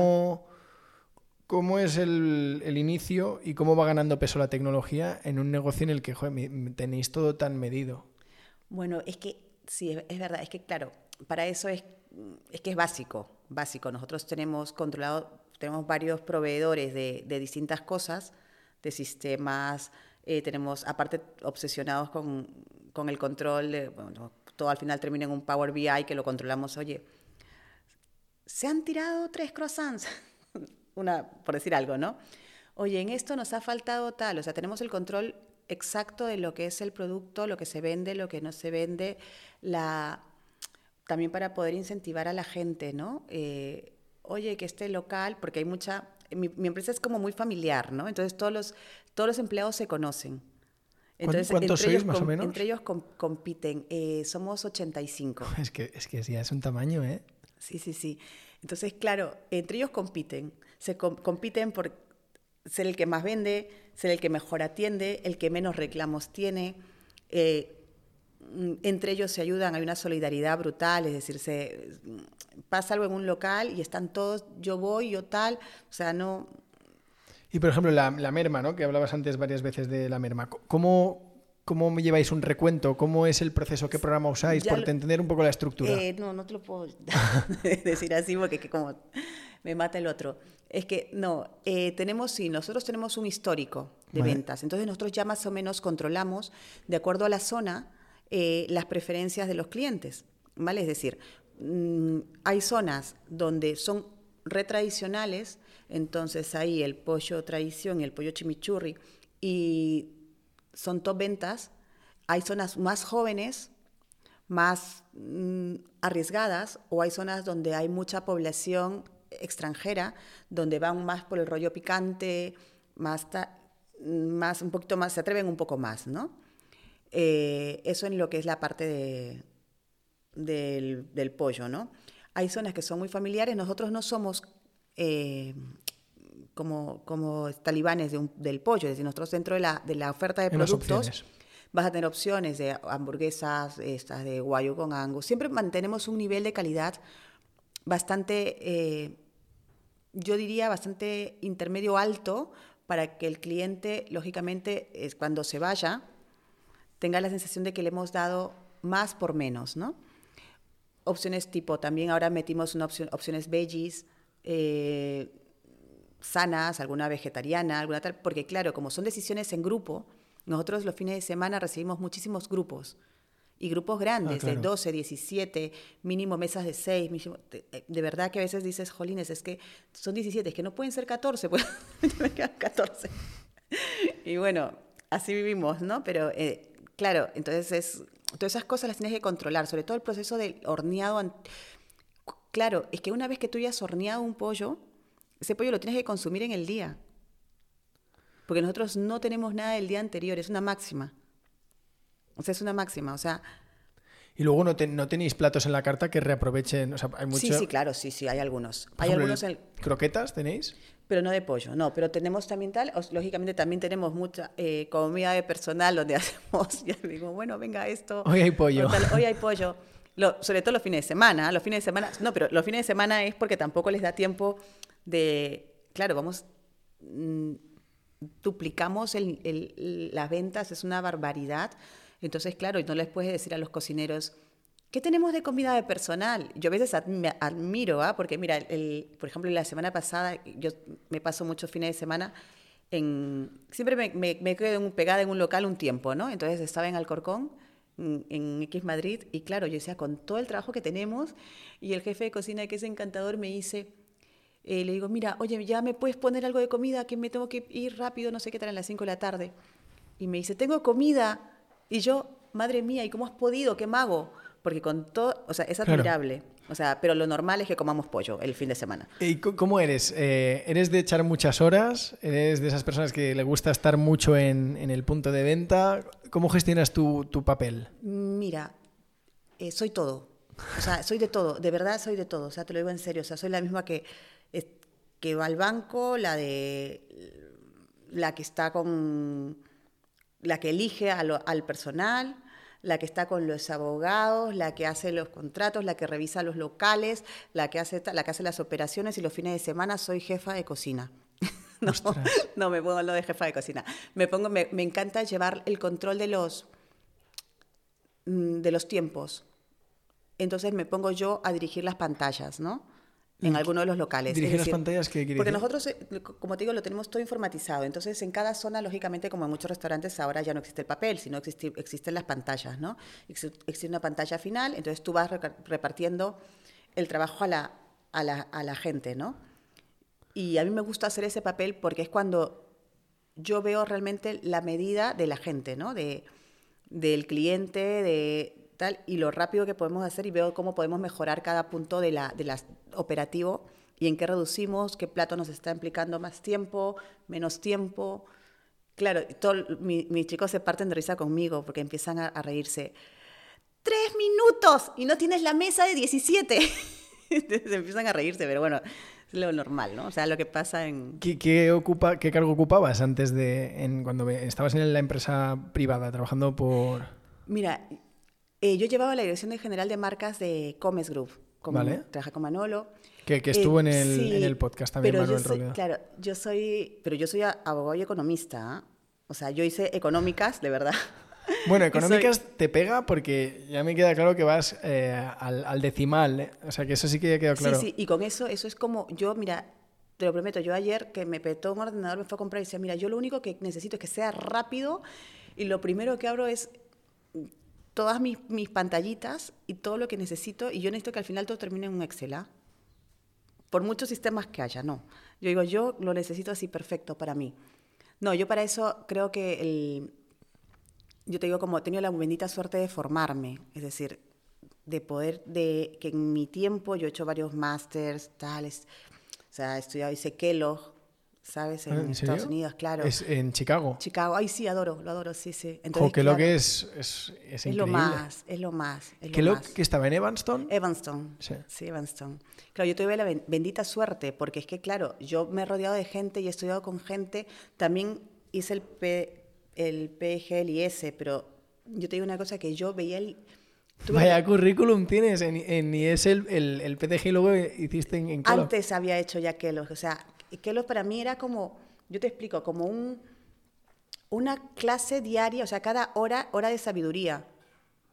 [SPEAKER 2] ¿Cómo es el inicio y cómo va ganando peso la tecnología en un negocio en el que tenéis todo tan medido?
[SPEAKER 3] Bueno, es que sí, es verdad, es que claro, para eso es que es básico. Nosotros tenemos varios proveedores de distintas cosas, de sistemas, tenemos aparte obsesionados con el control, todo al final termina en un Power BI que lo controlamos, oye, se han tirado 3 croissants, por decir algo, ¿no? Oye, en esto nos ha faltado tal, o sea, tenemos el control exacto de lo que es el producto, lo que se vende, lo que no se vende, también para poder incentivar a la gente, ¿no? Oye, que este local, porque hay mi empresa es como muy familiar, ¿no? Entonces todos los empleados se conocen. Entonces,
[SPEAKER 2] ¿Cuántos sois más o menos?
[SPEAKER 3] Entre ellos compiten, somos 85.
[SPEAKER 2] Es que ya es un tamaño, ¿eh?
[SPEAKER 3] Sí. Entonces, claro, entre ellos compiten. Compiten por ser el que más vende, ser el que mejor atiende, el que menos reclamos tiene. Entre ellos se ayudan, hay una solidaridad brutal, es decir, pasa algo en un local y están todos, yo voy, yo tal, o sea, no...
[SPEAKER 2] Y por ejemplo, la merma, ¿no? Que hablabas antes varias veces de la merma. ¿Cómo lleváis un recuento? ¿Cómo es el proceso? ¿Qué programa usáis? Por entender un poco la estructura.
[SPEAKER 3] No te lo puedo decir así porque es que como me mata el otro. Es que no, nosotros tenemos un histórico de ventas. Entonces nosotros ya más o menos controlamos, de acuerdo a la zona, las preferencias de los clientes, ¿vale? Es decir, hay zonas donde son retradicionales, entonces ahí el pollo tradición y el pollo chimichurri y son top ventas. Hay zonas más jóvenes, más arriesgadas, o hay zonas donde hay mucha población extranjera, donde van más por el rollo picante, más un poquito más, se atreven un poco más, ¿no? Eso en lo que es la parte del pollo, ¿no? Hay zonas que son muy familiares. Nosotros no somos como talibanes del pollo, es decir, nosotros dentro de la oferta de productos vas a tener opciones de hamburguesas, estas de guayu con angus. Siempre mantenemos un nivel de calidad bastante, yo diría, bastante intermedio alto, para que el cliente, lógicamente, cuando se vaya, tenga la sensación de que le hemos dado más por menos, ¿no? Opciones tipo, también ahora metimos opciones veggies, sanas, alguna vegetariana, alguna tal, porque claro, como son decisiones en grupo, nosotros los fines de semana recibimos muchísimos grupos, y grupos grandes,
[SPEAKER 2] claro.
[SPEAKER 3] de 12, 17, mínimo mesas de 6, de verdad que a veces dices, jolines, es que son 17, es que no pueden ser 14, pues me quedan 14. Y bueno, así vivimos, ¿no? Pero claro, entonces todas esas cosas las tienes que controlar, sobre todo el proceso del horneado. Claro, es que una vez que tú ya has horneado un pollo, ese pollo lo tienes que consumir en el día. Porque nosotros no tenemos nada del día anterior, es una máxima. O sea, es una máxima, o sea...
[SPEAKER 2] Y luego no tenéis platos en la carta que reaprovechen, o sea, hay mucho...
[SPEAKER 3] Sí, claro, sí, hay algunos.
[SPEAKER 2] Por
[SPEAKER 3] Hay
[SPEAKER 2] ejemplo,
[SPEAKER 3] algunos...
[SPEAKER 2] ¿croquetas tenéis?
[SPEAKER 3] Pero no de pollo, no, pero tenemos también lógicamente también tenemos mucha comida de personal donde hacemos, ya digo, bueno, venga esto.
[SPEAKER 2] Hoy hay pollo.
[SPEAKER 3] Hoy hay pollo. Sobre todo los fines de semana, no, pero los fines de semana es porque tampoco les da tiempo de, claro, duplicamos las ventas, es una barbaridad. Entonces, claro, y no les puedes decir a los cocineros, ¿qué tenemos de comida de personal? Yo a veces admiro, porque mira, por ejemplo, la semana pasada, yo me paso muchos fines de semana, siempre me quedo pegada en un local un tiempo, ¿no? Entonces estaba en Alcorcón, en X Madrid, y claro, yo decía, con todo el trabajo que tenemos, y el jefe de cocina, que es encantador, me dice, le digo, mira, oye, ¿ya me puedes poner algo de comida? Que me tengo que ir rápido, no sé qué tal, a las 5 de la tarde. Y me dice, tengo comida. Y yo, madre mía, ¿y cómo has podido? ¿Qué mago? Porque con todo, o sea, es admirable. Claro. O sea, pero lo normal es que comamos pollo el fin de semana.
[SPEAKER 2] ¿Y cómo eres? ¿Eres de echar muchas horas? ¿Eres de esas personas que le gusta estar mucho en el punto de venta? ¿Cómo gestionas tu papel?
[SPEAKER 3] Mira, soy todo. O sea, soy de todo. De verdad soy de todo. O sea, te lo digo en serio. O sea, soy la misma que va al banco, la que está con... la que elige al personal, la que está con los abogados, la que hace los contratos, la que revisa los locales, la que hace las operaciones, y los fines de semana soy jefa de cocina. No me pongo lo de jefa de cocina. Me encanta llevar el control de los tiempos. Entonces me pongo yo a dirigir las pantallas, ¿no? En alguno de los locales.
[SPEAKER 2] ¿Dirigir las pantallas qué quiere
[SPEAKER 3] porque
[SPEAKER 2] decir?
[SPEAKER 3] nosotros, como te digo, lo tenemos todo informatizado. Entonces, en cada zona, lógicamente, como en muchos restaurantes, ahora ya no existe el papel, sino existen las pantallas, ¿no? Existe una pantalla final, entonces tú vas repartiendo el trabajo a la gente, ¿no? Y a mí me gusta hacer ese papel porque es cuando yo veo realmente la medida de la gente, ¿no? Del cliente, y lo rápido que podemos hacer, y veo cómo podemos mejorar cada punto de la operativo, y en qué reducimos, qué plato nos está implicando más tiempo, menos tiempo. Claro, mis chicos se parten de risa conmigo porque empiezan a reírse. 3 minutos y no tienes la mesa de 17. Entonces empiezan a reírse, pero bueno, es lo normal, ¿no? O sea, lo que pasa en...
[SPEAKER 2] ¿Qué cargo ocupabas antes cuando estabas en la empresa privada trabajando por...?
[SPEAKER 3] Mira, yo llevaba la dirección general de marcas de Comes Group.
[SPEAKER 2] Vale.
[SPEAKER 3] Trabajé con Manolo.
[SPEAKER 2] Que estuvo en
[SPEAKER 3] sí,
[SPEAKER 2] el podcast también, Manuel Robledo.
[SPEAKER 3] Claro, yo soy abogado y economista, ¿eh? O sea, yo hice económicas, de verdad.
[SPEAKER 2] Bueno, económicas te pega porque ya me queda claro que vas al decimal, ¿eh? O sea, que eso sí que ya quedó claro.
[SPEAKER 3] Sí, y con eso es como, yo, mira, te lo prometo, yo ayer que me petó un ordenador, me fue a comprar y decía, mira, yo lo único que necesito es que sea rápido, y lo primero que abro es todas mis pantallitas y todo lo que necesito, y yo necesito que al final todo termine en un Excel, ¿ah? Por muchos sistemas que haya, no. Yo digo, yo lo necesito así perfecto para mí. No, yo para eso creo que yo te digo, como he tenido la bendita suerte de formarme, es decir, que en mi tiempo yo he hecho varios másters, tales, o sea, he estudiado, hice Kellogg, ¿sabes? En Estados Unidos, claro.
[SPEAKER 2] ¿Es en Chicago?
[SPEAKER 3] Chicago, ay sí, lo adoro, sí. Entonces,
[SPEAKER 2] Kellogg
[SPEAKER 3] claro,
[SPEAKER 2] es increíble.
[SPEAKER 3] Es lo más.
[SPEAKER 2] ¿Kellogg que estaba en Evanston?
[SPEAKER 3] Evanston, sí, Evanston. Claro, yo tuve la bendita suerte, porque es que, claro, yo me he rodeado de gente y he estudiado con gente, también hice el PGLIS, pero yo te digo una cosa, que yo veía
[SPEAKER 2] Vaya currículum tienes en IES, el PTG, y luego hiciste en Kellogg.
[SPEAKER 3] Antes había hecho ya Kellogg, o sea, Kellogg para mí era como, yo te explico, como una clase diaria, o sea, cada hora de sabiduría.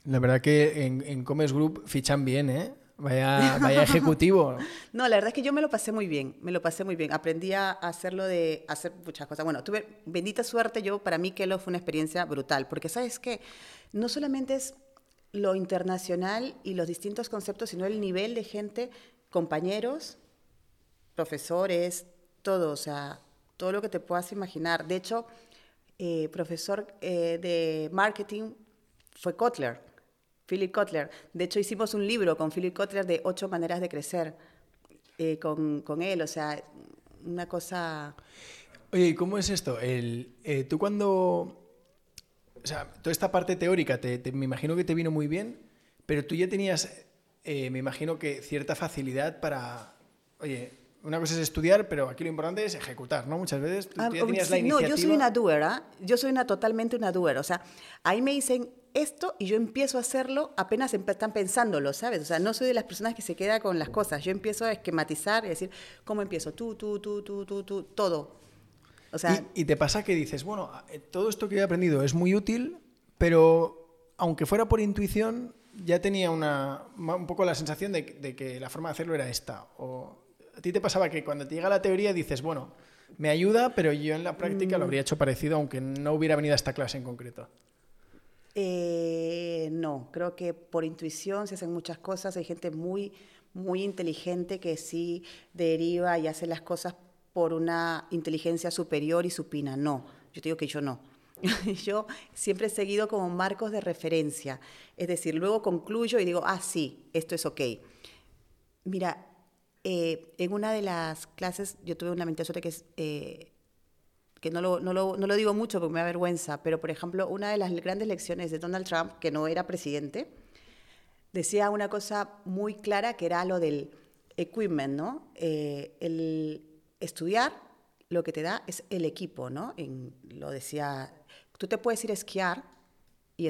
[SPEAKER 2] La verdad que en Comes Group fichan bien, ¿eh? Vaya ejecutivo.
[SPEAKER 3] No, la verdad es que yo me lo pasé muy bien, Aprendí a hacer muchas cosas. Bueno, tuve bendita suerte, para mí Kellogg fue una experiencia brutal, porque ¿sabes qué? No solamente es lo internacional y los distintos conceptos, sino el nivel de gente, compañeros, profesores, todo, o sea, todo lo que te puedas imaginar. De hecho, profesor de marketing fue Philip Kotler. De hecho, hicimos un libro con Philip Kotler de 8 maneras de crecer con él. O sea, una cosa...
[SPEAKER 2] Oye, ¿y cómo es esto? Tú cuando... O sea, toda esta parte teórica me imagino que te vino muy bien, pero tú ya tenías, me imagino que cierta facilidad para... Oye, una cosa es estudiar, pero aquí lo importante es ejecutar, ¿no? Muchas veces tú ya tenías la iniciativa...
[SPEAKER 3] No, yo soy una doer, ¿eh? Yo soy totalmente una doer. O sea, ahí me dicen esto y yo empiezo a hacerlo apenas están pensándolo, ¿sabes? O sea, no soy de las personas que se queda con las cosas. Yo empiezo a esquematizar y decir, ¿cómo empiezo? Tú, todo. O sea,
[SPEAKER 2] ¿Y te pasa que dices, bueno, todo esto que he aprendido es muy útil, pero aunque fuera por intuición, ya tenía un poco la sensación de que la forma de hacerlo era esta? ¿O a ti te pasaba que cuando te llega la teoría dices, bueno, me ayuda, pero yo en la práctica lo habría hecho parecido, aunque no hubiera venido a esta clase en concreto?
[SPEAKER 3] No, creo que por intuición se hacen muchas cosas. Hay gente muy, muy inteligente que sí deriva y hace las cosas por una inteligencia superior y supina. No, yo te digo que yo no. Yo siempre he seguido como marcos de referencia. Es decir, luego concluyo y digo, sí, esto es ok. Mira, en una de las clases yo tuve una mentira que es... que no lo digo mucho porque me da vergüenza, pero por ejemplo, una de las grandes lecciones de Donald Trump, que no era presidente, decía una cosa muy clara que era lo del equipment, ¿no? El estudiar lo que te da es el equipo, ¿no? Lo decía, tú te puedes ir a esquiar y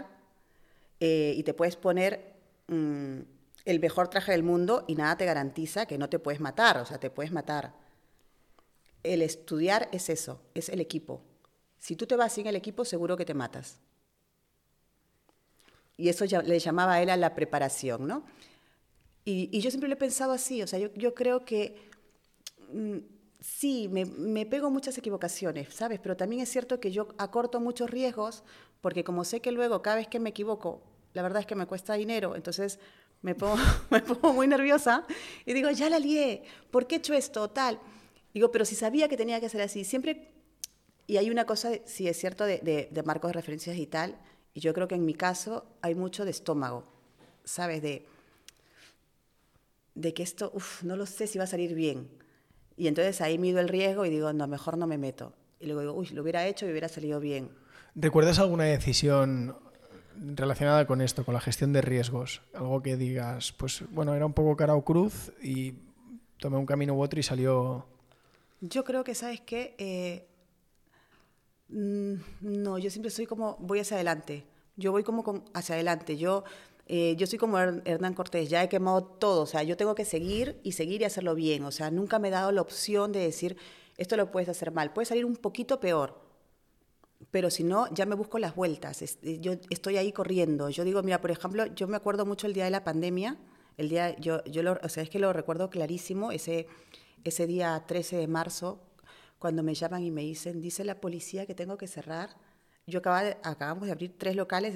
[SPEAKER 3] te puedes poner el mejor traje del mundo y nada te garantiza que no te puedes matar, o sea, te puedes matar. El estudiar es eso, es el equipo. Si tú te vas sin el equipo, seguro que te matas. Y eso le llamaba a él a la preparación, ¿no? Y yo siempre lo he pensado así, o sea, yo creo que sí, me pego muchas equivocaciones, ¿sabes? Pero también es cierto que yo acorto muchos riesgos, porque como sé que luego, cada vez que me equivoco, la verdad es que me cuesta dinero, entonces me pongo muy nerviosa y digo, ya la lié, ¿por qué he hecho esto? Tal. Digo, pero si sabía que tenía que ser así, siempre... Y hay una cosa, sí es cierto, de marcos de referencias y tal, y yo creo que en mi caso hay mucho de estómago, ¿sabes? De que esto, no lo sé si va a salir bien. Y entonces ahí mido el riesgo y digo, no, mejor no me meto. Y luego digo, lo hubiera hecho y hubiera salido bien.
[SPEAKER 2] ¿Recuerdas alguna decisión relacionada con esto, con la gestión de riesgos? Algo que digas, pues bueno, era un poco cara o cruz y tomé un camino u otro y salió...
[SPEAKER 3] Yo creo que, ¿sabes qué? No, yo siempre soy como, voy hacia adelante. Yo voy como hacia adelante. Yo soy como Hernán Cortés, ya he quemado todo. O sea, yo tengo que seguir y hacerlo bien. O sea, nunca me he dado la opción de decir, esto lo puedes hacer mal. Puede salir un poquito peor, pero si no, ya me busco las vueltas. Yo estoy ahí corriendo. Yo digo, mira, por ejemplo, yo me acuerdo mucho el día de la pandemia. O sea, es que lo recuerdo clarísimo, ese día 13 de marzo, cuando me llaman y me dicen, dice la policía que tengo que cerrar. Acabamos de abrir 3 locales,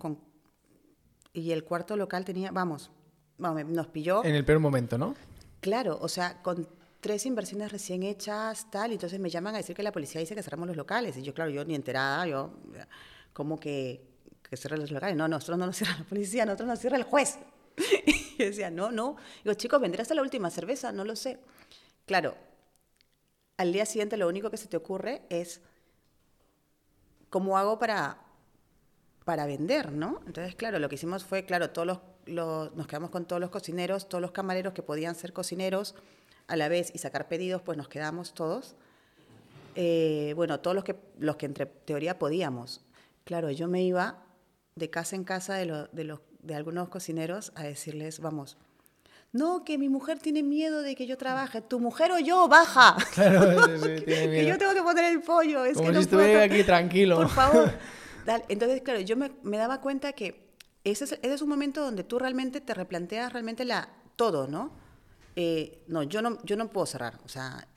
[SPEAKER 3] y el cuarto local tenía, vamos, nos pilló.
[SPEAKER 2] En el peor momento, ¿no?
[SPEAKER 3] Claro, o sea, con 3 inversiones recién hechas, tal, y entonces me llaman a decir que la policía dice que cerramos los locales. Y yo, claro, yo ni enterada, ¿cómo que cierran los locales? No, nosotros no nos cierra la policía, nosotros nos cierra el juez. Y yo decía, no. Digo, chicos, ¿vendrá hasta la última cerveza? No lo sé. Claro, al día siguiente lo único que se te ocurre es cómo hago para vender, ¿no? Entonces, claro, lo que hicimos fue, claro, nos quedamos con todos los cocineros, todos los camareros que podían ser cocineros a la vez y sacar pedidos, pues nos quedamos todos. Bueno, todos los que en teoría podíamos. Claro, yo me iba de casa en casa de algunos cocineros a decirles, vamos, no, que mi mujer tiene miedo de que yo trabaje. ¿Tu mujer o yo? ¡Baja!
[SPEAKER 2] Claro, sí, tiene miedo.
[SPEAKER 3] Que yo tengo que poner el pollo.
[SPEAKER 2] Como si estuviera aquí tranquilo.
[SPEAKER 3] Por favor. Entonces, claro, yo me daba cuenta que ese es un momento donde tú realmente te replanteas realmente todo, ¿no? No, yo no puedo cerrar, o sea,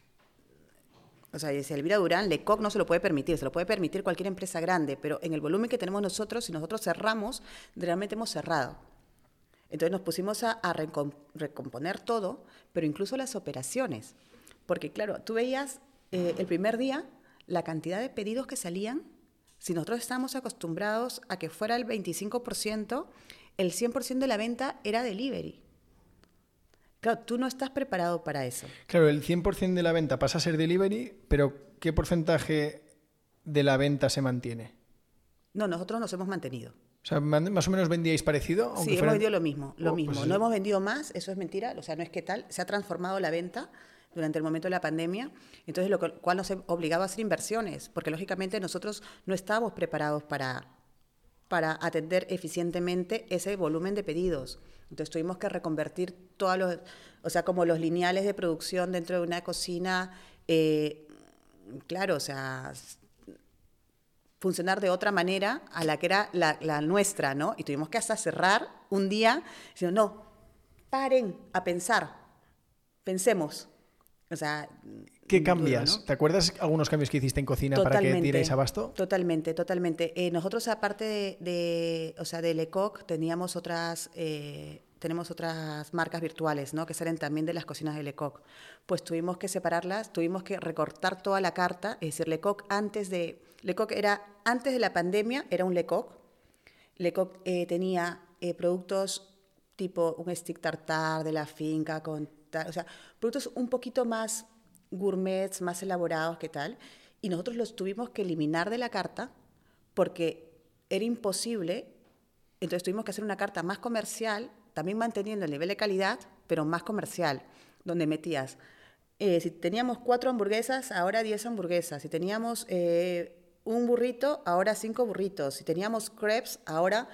[SPEAKER 3] dice Elvira Durán, Lecoq no se lo puede permitir, se lo puede permitir cualquier empresa grande, pero en el volumen que tenemos nosotros, si nosotros cerramos, realmente hemos cerrado. Entonces nos pusimos a recomponer todo, pero incluso las operaciones. Porque claro, tú veías el primer día la cantidad de pedidos que salían. Si nosotros estábamos acostumbrados a que fuera el 25%, el 100% de la venta era delivery. Claro, tú no estás preparado para eso.
[SPEAKER 2] Claro, el 100% de la venta pasa a ser delivery, pero ¿qué porcentaje de la venta se mantiene?
[SPEAKER 3] No, nosotros nos hemos mantenido.
[SPEAKER 2] O sea, ¿más o menos vendíais parecido?
[SPEAKER 3] Sí, hemos vendido lo mismo.
[SPEAKER 2] Pues
[SPEAKER 3] no hemos vendido más, eso es mentira, o sea, no es que tal, se ha transformado la venta durante el momento de la pandemia, entonces lo cual nos obligaba a hacer inversiones, porque lógicamente nosotros no estábamos preparados para atender eficientemente ese volumen de pedidos. Entonces tuvimos que reconvertir como los lineales de producción dentro de una cocina, claro, o sea, funcionar de otra manera a la que era la nuestra, ¿no? Y tuvimos que hasta cerrar un día, diciendo, no, paren a pensar, pensemos. O sea,
[SPEAKER 2] ¿qué cambias?
[SPEAKER 3] duro, ¿no?
[SPEAKER 2] ¿Te acuerdas algunos cambios que hiciste en cocina para que dierais abasto?
[SPEAKER 3] Totalmente. Nosotros, aparte de Lecoq, tenemos tenemos otras marcas virtuales, ¿no? Que salen también de las cocinas de Lecoq. Pues tuvimos que separarlas, tuvimos que recortar toda la carta, es decir, Lecoq antes de la pandemia, era un Lecoq. Lecoq tenía productos tipo un stick tartar de la finca, productos un poquito más gourmets, más elaborados que tal, y nosotros los tuvimos que eliminar de la carta porque era imposible, entonces tuvimos que hacer una carta más comercial, también manteniendo el nivel de calidad, pero más comercial, donde metías, si teníamos 4 hamburguesas, ahora 10 hamburguesas, si teníamos un burrito, ahora 5 burritos, si teníamos crepes, ahora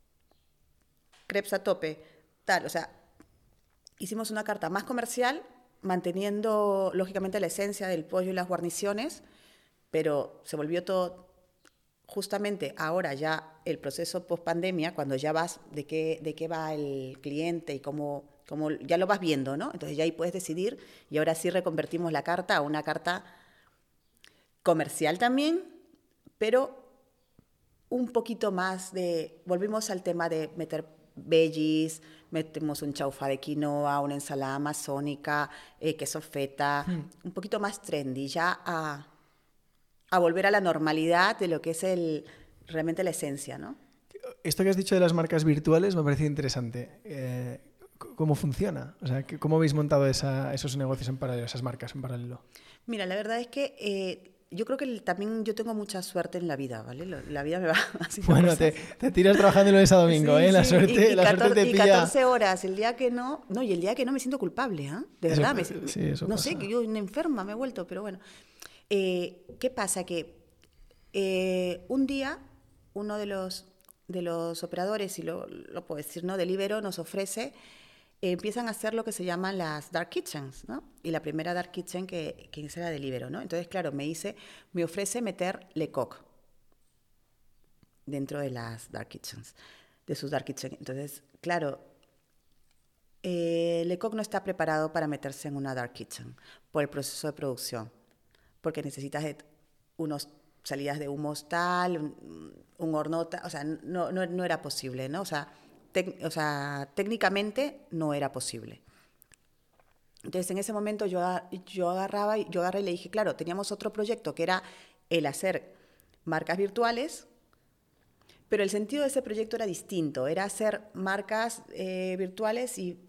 [SPEAKER 3] crepes a tope, tal, o sea, hicimos una carta más comercial, manteniendo lógicamente la esencia del pollo y las guarniciones, pero se volvió todo, justamente ahora ya el proceso post-pandemia, cuando ya vas de qué va el cliente y cómo ya lo vas viendo, ¿no? Entonces ya ahí puedes decidir, y ahora sí reconvertimos la carta a una carta comercial también, pero un poquito más volvimos al tema de meter veggies, metemos un chaufa de quinoa, una ensalada amazónica, queso feta, un poquito más trendy, ya a volver a la normalidad de lo que es realmente la esencia, ¿no?
[SPEAKER 2] Esto que has dicho de las marcas virtuales me ha parecido interesante. ¿Cómo funciona? O sea, ¿cómo habéis montado esos negocios en paralelo, esas marcas en paralelo?
[SPEAKER 3] Mira, la verdad es que yo creo que también yo tengo mucha suerte en la vida, ¿vale? La vida me va haciendo
[SPEAKER 2] bueno,
[SPEAKER 3] cosas.
[SPEAKER 2] te tiras trabajando de lunes a domingo,
[SPEAKER 3] Sí,
[SPEAKER 2] ¿eh? La
[SPEAKER 3] sí,
[SPEAKER 2] suerte te pilla.
[SPEAKER 3] 14 horas, el día que no, y el día que no me siento culpable, ¿eh? De verdad,
[SPEAKER 2] eso
[SPEAKER 3] no
[SPEAKER 2] pasa.
[SPEAKER 3] sé, que yo una enferma me he vuelto, pero bueno. ¿Qué pasa? Que un día uno de los operadores, y lo puedo decir, ¿no? Del Ibero nos ofrece, empiezan a hacer lo que se llaman las dark kitchens, ¿no? Y la primera dark kitchen que hice era del Ibero, ¿no? Entonces, claro, me ofrece meter Lecoq dentro de las dark kitchens, de sus dark kitchens. Entonces, claro, Lecoq no está preparado para meterse en una dark kitchen por el proceso de producción, porque necesitas unos salidas de humos tal, un horno tal, o sea, no era posible, ¿no? O sea, técnicamente no era posible. Entonces, en ese momento yo agarré y le dije, claro, teníamos otro proyecto que era el hacer marcas virtuales, pero el sentido de ese proyecto era distinto, era hacer marcas virtuales y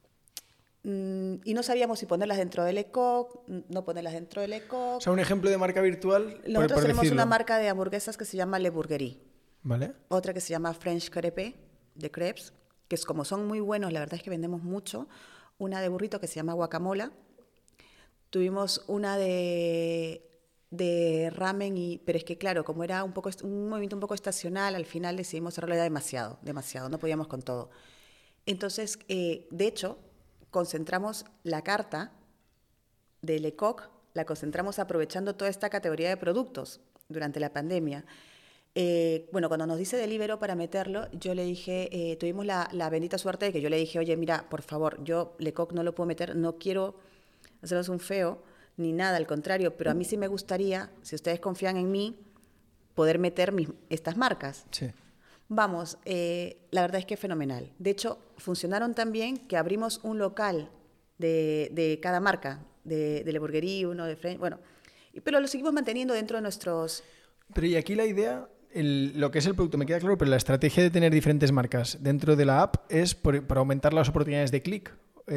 [SPEAKER 3] no sabíamos si ponerlas dentro de Lecoq, no ponerlas dentro de Lecoq.
[SPEAKER 2] O sea, un ejemplo de marca virtual,
[SPEAKER 3] Nosotros tenemos
[SPEAKER 2] decirlo.
[SPEAKER 3] una marca de hamburguesas que se llama Le Bourguerie.
[SPEAKER 2] ¿Vale?
[SPEAKER 3] Otra que se llama French Crepe, de crepes, que es como son muy buenos, la verdad es que vendemos mucho. Una de burrito que se llama Guacamola. Tuvimos una de ramen, pero es que claro, como era un movimiento un poco estacional, al final decidimos cerrarlo ya demasiado, no podíamos con todo. Entonces, de hecho, concentramos la carta de Lecoq, la concentramos aprovechando toda esta categoría de productos durante la pandemia. Bueno, cuando nos dice Deliveroo para meterlo, yo le dije, tuvimos la bendita suerte de que yo le dije, oye, mira, por favor, yo Lecoq no lo puedo meter, no quiero haceros un feo, ni nada, al contrario, pero a mí sí me gustaría, si ustedes confían en mí, poder meter estas marcas.
[SPEAKER 2] Sí.
[SPEAKER 3] Vamos, la verdad es que es fenomenal. De hecho, funcionaron tan bien que abrimos un local de cada marca, de Le Bourgerie, uno de French, bueno, pero lo seguimos manteniendo dentro de nuestros...
[SPEAKER 2] Pero y aquí la idea, lo que es el producto me queda claro, pero la estrategia de tener diferentes marcas dentro de la app es para aumentar las oportunidades de clic,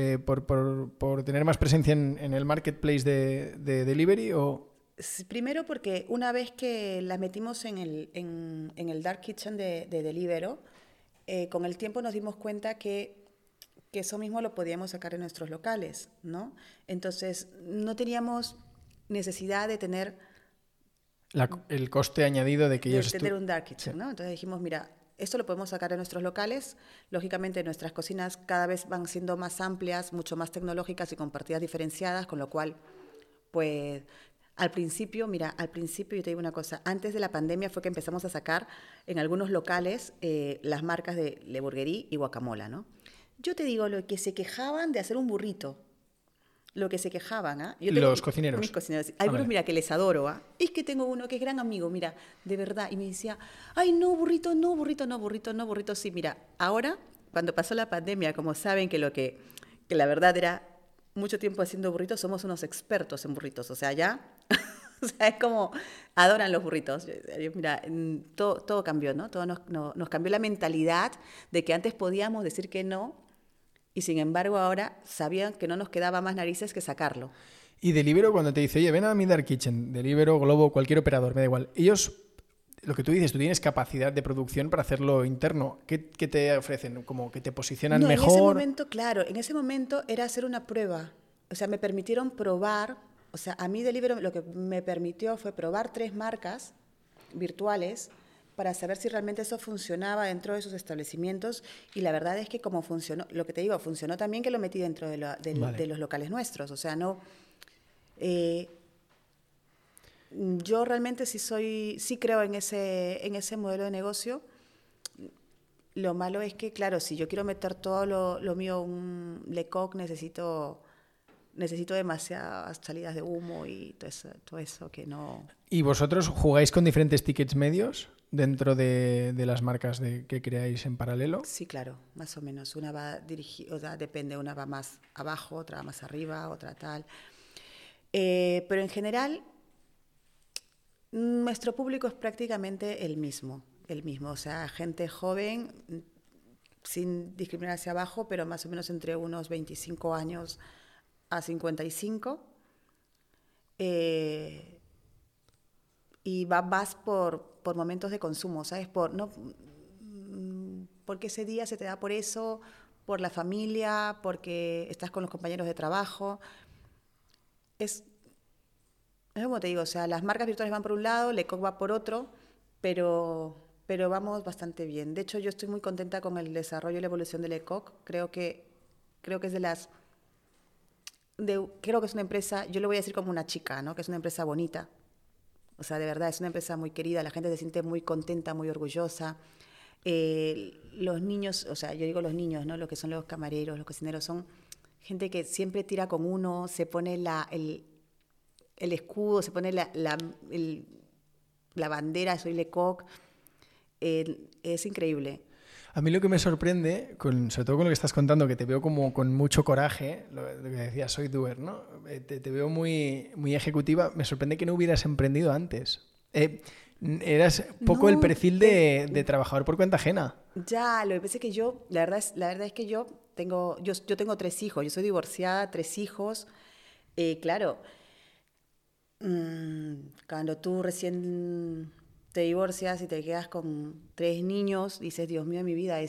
[SPEAKER 2] por tener más presencia en el marketplace de delivery o...
[SPEAKER 3] Primero porque una vez que las metimos en el Dark Kitchen de Deliveroo, con el tiempo nos dimos cuenta que eso mismo lo podíamos sacar en nuestros locales, ¿no? Entonces, no teníamos necesidad de tener...
[SPEAKER 2] el coste añadido de que ellos...
[SPEAKER 3] tener un Dark Kitchen, sí. ¿No? Entonces dijimos, mira, esto lo podemos sacar en nuestros locales. Lógicamente, nuestras cocinas cada vez van siendo más amplias, mucho más tecnológicas y con partidas diferenciadas, con lo cual, pues... Al principio yo te digo una cosa, antes de la pandemia fue que empezamos a sacar en algunos locales las marcas de Le Bourgerie y Guacamola, ¿no? Yo te digo, lo que se quejaban de hacer un burrito, lo que se quejaban, ¿ah?
[SPEAKER 2] Los cocineros.
[SPEAKER 3] Mis cocineros. Hay unos, mira, que les adoro, ¿ah? Es que tengo uno que es gran amigo, mira, de verdad, y me decía, ay, no, burrito, no, burrito, no, burrito, no, burrito, sí, mira, ahora, cuando pasó la pandemia, como saben que la verdad era mucho tiempo haciendo burritos, somos unos expertos en burritos, o sea, ya, o sea, es como, adoran los burritos. Mira, todo cambió, ¿no? Todo nos cambió la mentalidad de que antes podíamos decir que no, y sin embargo ahora sabían que no nos quedaba más narices que sacarlo.
[SPEAKER 2] Y Deliveroo cuando te dice, oye, ven a mi Dark Kitchen, Deliveroo, Globo, cualquier operador, me da igual, ellos... Lo que tú dices, tú tienes capacidad de producción para hacerlo interno. ¿Qué te ofrecen? ¿Como que te posicionan mejor?
[SPEAKER 3] En ese momento, claro, en ese momento era hacer una prueba. O sea, me permitieron probar, o sea, a mí Deliveroo lo que me permitió fue probar 3 marcas virtuales para saber si realmente eso funcionaba dentro de sus establecimientos. Y la verdad es que como funcionó, lo que te digo, funcionó también que lo metí dentro de los locales nuestros. O sea, no... yo realmente sí creo en ese modelo de negocio. Lo malo es que, claro, si yo quiero meter todo lo mío un Lecoq, necesito demasiadas salidas de humo y todo eso que no...
[SPEAKER 2] ¿Y vosotros jugáis con diferentes tickets medios dentro de las marcas que creáis en paralelo?
[SPEAKER 3] Sí, claro, más o menos. Una va dirigida, o sea, depende, una va más abajo, otra va más arriba, otra tal. Pero en general... Nuestro público es prácticamente el mismo, o sea, gente joven, sin discriminar hacia abajo, pero más o menos entre unos 25 años a 55. Y vas por momentos de consumo, ¿sabes? Porque ese día se te da por eso, por la familia, porque estás con los compañeros de trabajo. Es como te digo, o sea, las marcas virtuales van por un lado, Lecoq va por otro, pero vamos bastante bien. De hecho, yo estoy muy contenta con el desarrollo y la evolución de Lecoq. Creo que es creo que es una empresa, yo lo voy a decir como una chica, ¿no? Que es una empresa bonita. O sea, de verdad, es una empresa muy querida, la gente se siente muy contenta, muy orgullosa. Los niños, o sea, yo digo los niños, ¿no? Los que son los camareros, los cocineros, son gente que siempre tira con uno, se pone el escudo, se pone la bandera, soy Lecoq, es increíble.
[SPEAKER 2] A mí lo que me sorprende, sobre todo con lo que estás contando, que te veo como con mucho coraje, lo que decías, soy doer, ¿no? Te veo muy, muy ejecutiva, me sorprende que no hubieras emprendido antes. Eras poco el perfil de trabajador por cuenta ajena.
[SPEAKER 3] Ya, lo que pasa es que la verdad es que yo tengo 3 hijos, yo soy divorciada, 3 hijos, claro. Cuando tú recién te divorcias y te quedas con 3 niños, dices, Dios mío, mi vida,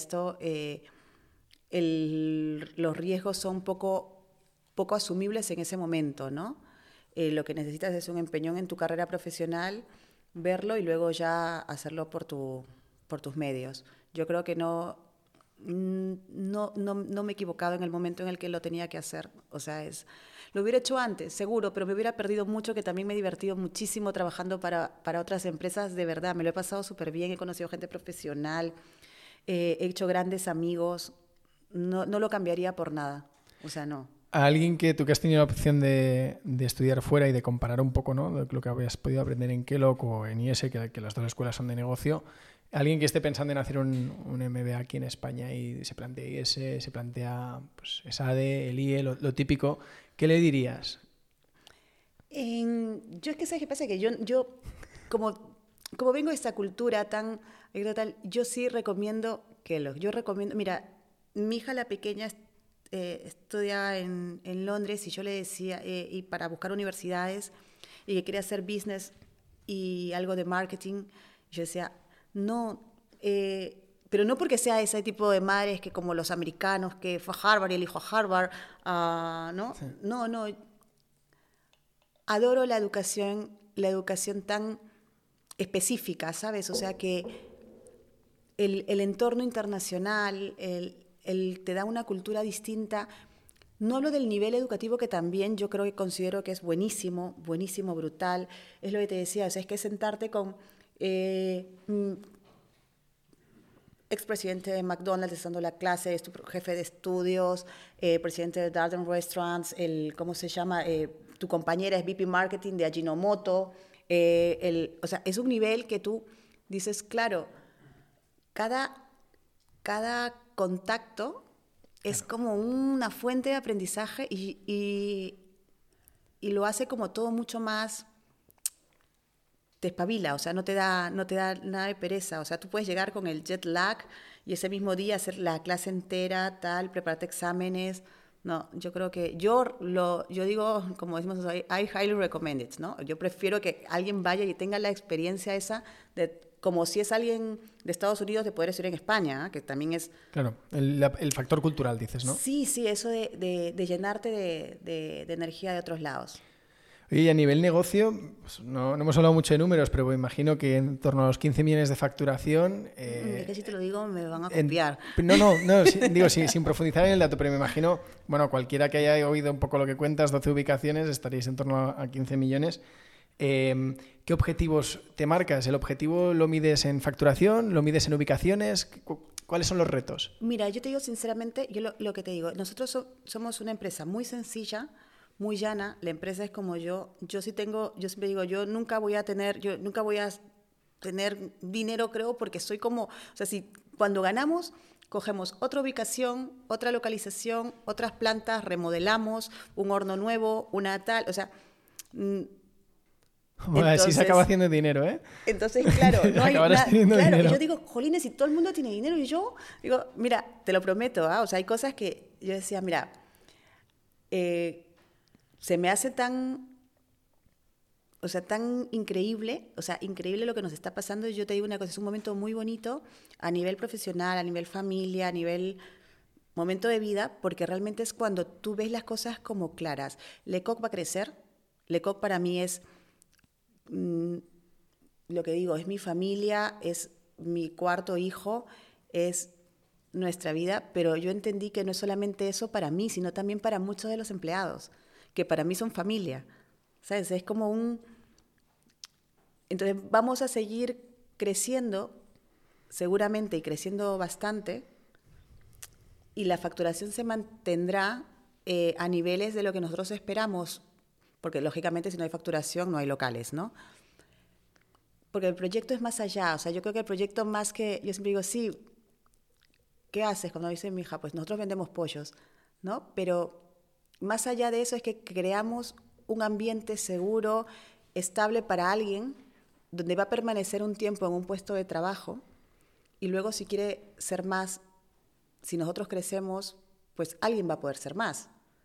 [SPEAKER 3] los riesgos son poco asumibles en ese momento, ¿no? Lo que necesitas es un empeñón en tu carrera profesional, verlo y luego ya hacerlo por tus medios. Yo creo que no no me he equivocado en el momento en el que lo tenía que hacer. O sea, lo hubiera hecho antes, seguro, pero me hubiera perdido mucho, que también me he divertido muchísimo trabajando para otras empresas. De verdad, me lo he pasado súper bien, he conocido gente profesional, he hecho grandes amigos. No lo cambiaría por nada. O sea, no.
[SPEAKER 2] A alguien que tú que has tenido la opción de estudiar fuera y de comparar un poco, ¿no?, lo que habías podido aprender en Kellogg o en IES, que las dos escuelas son de negocio, alguien que esté pensando en hacer un MBA aquí en España y se plantea IES, se plantea pues, ESADE, el IE, lo típico, ¿qué le dirías?
[SPEAKER 3] Yo es que, ¿sabes qué pasa? Que yo como vengo de esta cultura tan tal, yo sí recomiendo Kellogg. Yo recomiendo, mira, mi hija la pequeña estudia en Londres, y yo le decía, y para buscar universidades, y que quería hacer business y algo de marketing, yo decía, no, pero no porque sea ese tipo de madres que como los americanos, que fue a Harvard y el hijo a Harvard, ¿no? Sí. No, adoro la educación tan específica, ¿sabes? O sea, que el entorno internacional, te da una cultura distinta. No hablo del nivel educativo, que también yo creo que considero que es buenísimo, buenísimo, brutal. Es lo que te decía, o sea, es que sentarte con expresidente de McDonald's dando la clase, es tu jefe de estudios, presidente de Darden Restaurants, ¿cómo se llama? Tu compañera es VP Marketing de Ajinomoto. O sea, es un nivel que tú dices, claro, cada contacto es como una fuente de aprendizaje y lo hace como todo mucho más, te espabila, o sea, no te da nada de pereza. O sea, tú puedes llegar con el jet lag y ese mismo día hacer la clase entera, prepararte exámenes. No, yo creo que yo digo, como decimos hoy, I highly recommend it, ¿no? Yo prefiero que alguien vaya y tenga la experiencia esa como si es alguien de Estados Unidos, de poder estudiar en España, que también es...
[SPEAKER 2] Claro, el factor cultural, dices, ¿no?
[SPEAKER 3] Sí, eso de llenarte de energía de otros lados.
[SPEAKER 2] Oye, y a nivel negocio, pues no hemos hablado mucho de números, pero me imagino que en torno a los 15 millones de facturación...
[SPEAKER 3] Es que si te lo digo me van a copiar.
[SPEAKER 2] No, digo, sin profundizar en el dato, pero me imagino, bueno, cualquiera que haya oído un poco lo que cuentas, 12 ubicaciones, estaréis en torno a 15 millones. ¿Qué objetivos te marcas? ¿El objetivo lo mides en facturación? ¿Lo mides en ubicaciones? ¿Cuáles son los retos?
[SPEAKER 3] Mira, yo te digo sinceramente, yo lo que te digo, nosotros somos una empresa muy sencilla, muy llana. La empresa es como yo siempre digo, yo nunca voy a tener dinero, creo, porque soy como, o sea, si cuando ganamos, cogemos otra ubicación, otra localización, otras plantas, remodelamos, un horno nuevo, una tal, o sea...
[SPEAKER 2] Bueno, así se acaba haciendo dinero, ¿eh?
[SPEAKER 3] Entonces, claro, no hay nada. Claro,
[SPEAKER 2] dinero.
[SPEAKER 3] Y yo digo, jolines, si todo el mundo tiene dinero, y yo digo, mira, te lo prometo, o sea, hay cosas que yo decía, mira, se me hace tan increíble, increíble lo que nos está pasando. Y yo te digo una cosa, es un momento muy bonito a nivel profesional, a nivel familia, a nivel momento de vida, porque realmente es cuando tú ves las cosas como claras. Lecoq va a crecer. Lecoq para mí es... lo que digo, es mi familia, es mi cuarto hijo, es nuestra vida, pero yo entendí que no es solamente eso para mí, sino también para muchos de los empleados, que para mí son familia, ¿sabes? Es como Entonces vamos a seguir creciendo, seguramente, y creciendo bastante, y la facturación se mantendrá a niveles de lo que nosotros esperamos, porque lógicamente si no hay facturación no hay locales, ¿no? Porque el proyecto es más allá, o sea, yo creo que el proyecto más que, yo siempre digo, sí, ¿qué haces? Cuando dice mi hija, pues nosotros vendemos pollos, ¿no? Pero más allá de eso es que creamos un ambiente seguro, estable para alguien, donde va a permanecer un tiempo en un puesto de trabajo, y luego si quiere ser más, si nosotros crecemos, pues alguien va a poder ser más.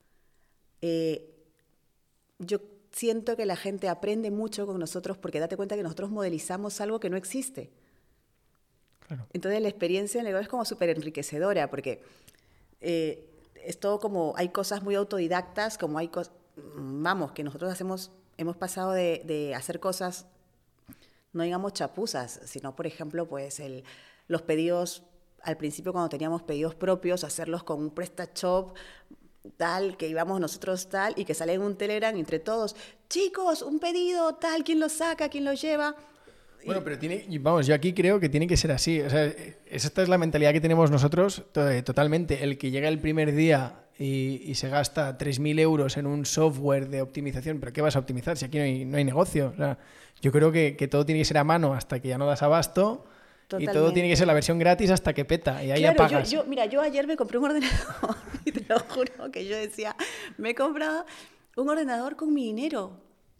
[SPEAKER 3] Yo siento que la gente aprende mucho con nosotros porque date cuenta que nosotros modelizamos algo que no existe. Claro. Entonces la experiencia en el negocio es como súper enriquecedora porque es todo como, hay cosas muy autodidactas, como hay cosas, vamos, que nosotros hemos pasado de hacer cosas, no digamos chapuzas, sino por ejemplo, pues los pedidos al principio cuando teníamos pedidos propios, hacerlos con un PrestaShop tal, que íbamos nosotros tal, y que sale en un Telegram entre todos, chicos, un pedido tal, ¿quién lo saca, quién lo lleva?
[SPEAKER 2] Bueno, pero yo aquí creo que tiene que ser así. O sea, esta es la mentalidad que tenemos nosotros totalmente. El que llega el primer día y se gasta 3.000 euros en un software de optimización, ¿pero qué vas a optimizar si aquí no hay negocio? O sea, yo creo que todo tiene que ser a mano hasta que ya no das abasto. Totalmente. Y todo tiene que ser la versión gratis hasta que peta y ahí
[SPEAKER 3] claro,
[SPEAKER 2] apagas.
[SPEAKER 3] Yo ayer me compré un ordenador y te lo juro que yo decía, me he comprado un ordenador con mi dinero.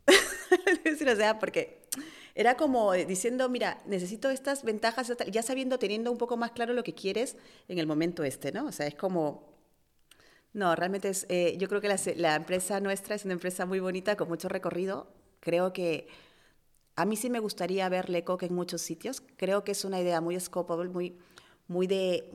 [SPEAKER 3] O sea, porque era como diciendo, mira, necesito estas ventajas, ya sabiendo, teniendo un poco más claro lo que quieres en el momento ¿no? O sea, es como... No, realmente es... yo creo que la empresa nuestra es una empresa muy bonita, con mucho recorrido. Creo que... A mí sí me gustaría ver Lecoq en muchos sitios. Creo que es una idea muy scopable, muy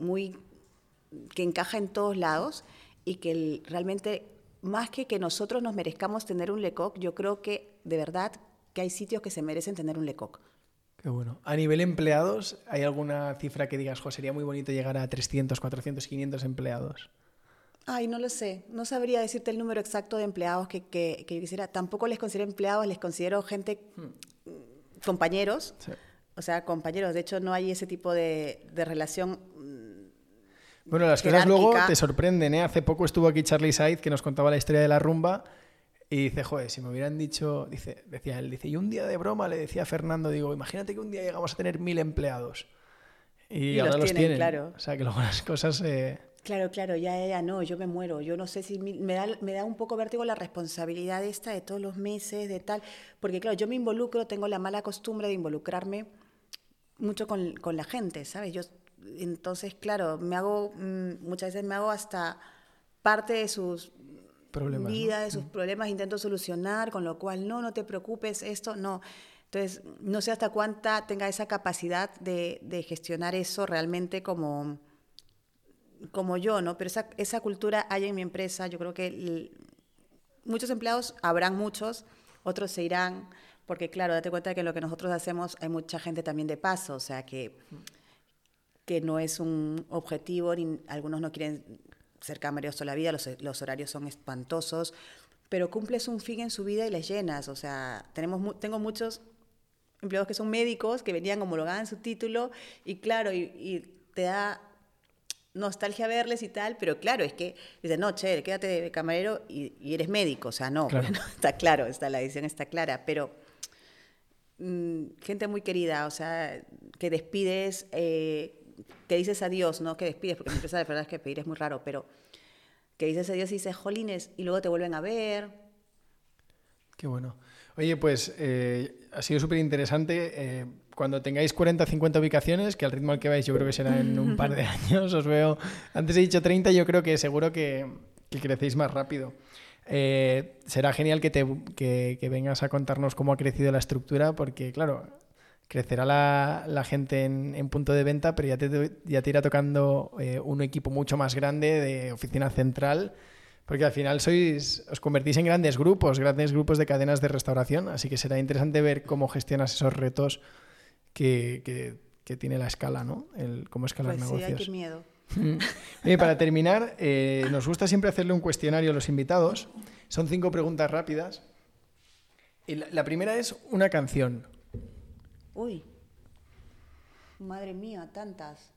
[SPEAKER 3] que encaja en todos lados y que realmente, más que nosotros nos merezcamos tener un Lecoq, yo creo que, de verdad, que hay sitios que se merecen tener un Lecoq.
[SPEAKER 2] Qué bueno. A nivel empleados, ¿hay alguna cifra que digas, sería muy bonito llegar a 300, 400, 500 empleados?
[SPEAKER 3] Ay, no lo sé. No sabría decirte el número exacto de empleados que yo quisiera. Tampoco les considero empleados, les considero gente... compañeros, sí. O sea, compañeros, de hecho no hay ese tipo de relación.
[SPEAKER 2] Bueno, las cosas luego te sorprenden, ¿eh? Hace poco estuvo aquí Charlie Saiz, que nos contaba la historia de la rumba, y dice, si me hubieran dicho, decía él, y un día de broma le decía a Fernando, digo, imagínate que un día llegamos a tener 1.000 empleados. Y ahora los tienen,
[SPEAKER 3] claro.
[SPEAKER 2] O sea, que luego las cosas...
[SPEAKER 3] Claro, ya no, yo me muero. Yo no sé si me da un poco vértigo la responsabilidad esta de todos los meses, de tal, porque claro, yo me involucro, tengo la mala costumbre de involucrarme mucho con la gente, ¿sabes? Entonces, claro, muchas veces me hago hasta parte de sus vidas, ¿no? De sus problemas, intento solucionar, con lo cual, no te preocupes, esto, no. Entonces, no sé hasta cuánta tenga esa capacidad de gestionar eso realmente como yo, ¿no? Pero esa cultura hay en mi empresa. Yo creo que muchos empleados, habrán muchos, otros se irán, porque claro, date cuenta de que en lo que nosotros hacemos hay mucha gente también de paso, o sea, que no es un objetivo, ni algunos no quieren ser camareros toda la vida, los horarios son espantosos, pero cumples un fin en su vida y les llenas, o sea, tengo muchos empleados que son médicos, que venían homologados en su título, y claro, y te da nostalgia verles y tal, pero claro, es que dicen, no, chévere, quédate de camarero y eres médico, o sea, no, claro. Bueno, está claro, la decisión está clara, pero gente muy querida, o sea, que despides, que dices adiós, no que despides, porque en mi empresa de verdad es que pedir es muy raro, pero que dices adiós y dices jolines, y luego te vuelven a ver.
[SPEAKER 2] Qué bueno. Oye, pues ha sido súper interesante. Cuando tengáis 40 o 50 ubicaciones, que al ritmo al que vais yo creo que será en un par de años, os veo. Antes he dicho 30, yo creo que seguro que crecéis más rápido. Será genial que vengas a contarnos cómo ha crecido la estructura, porque claro, crecerá la gente en punto de venta, pero ya te irá tocando un equipo mucho más grande de oficina central, porque al final os convertís en grandes grupos de cadenas de restauración, así que será interesante ver cómo gestionas esos retos que tiene la escala, ¿no? Cómo escalar negocios.
[SPEAKER 3] Sí, ay, qué miedo.
[SPEAKER 2] Para terminar, nos gusta siempre hacerle un cuestionario a los invitados. Son 5 preguntas rápidas. Y la primera es una canción.
[SPEAKER 3] Uy, madre mía, tantas.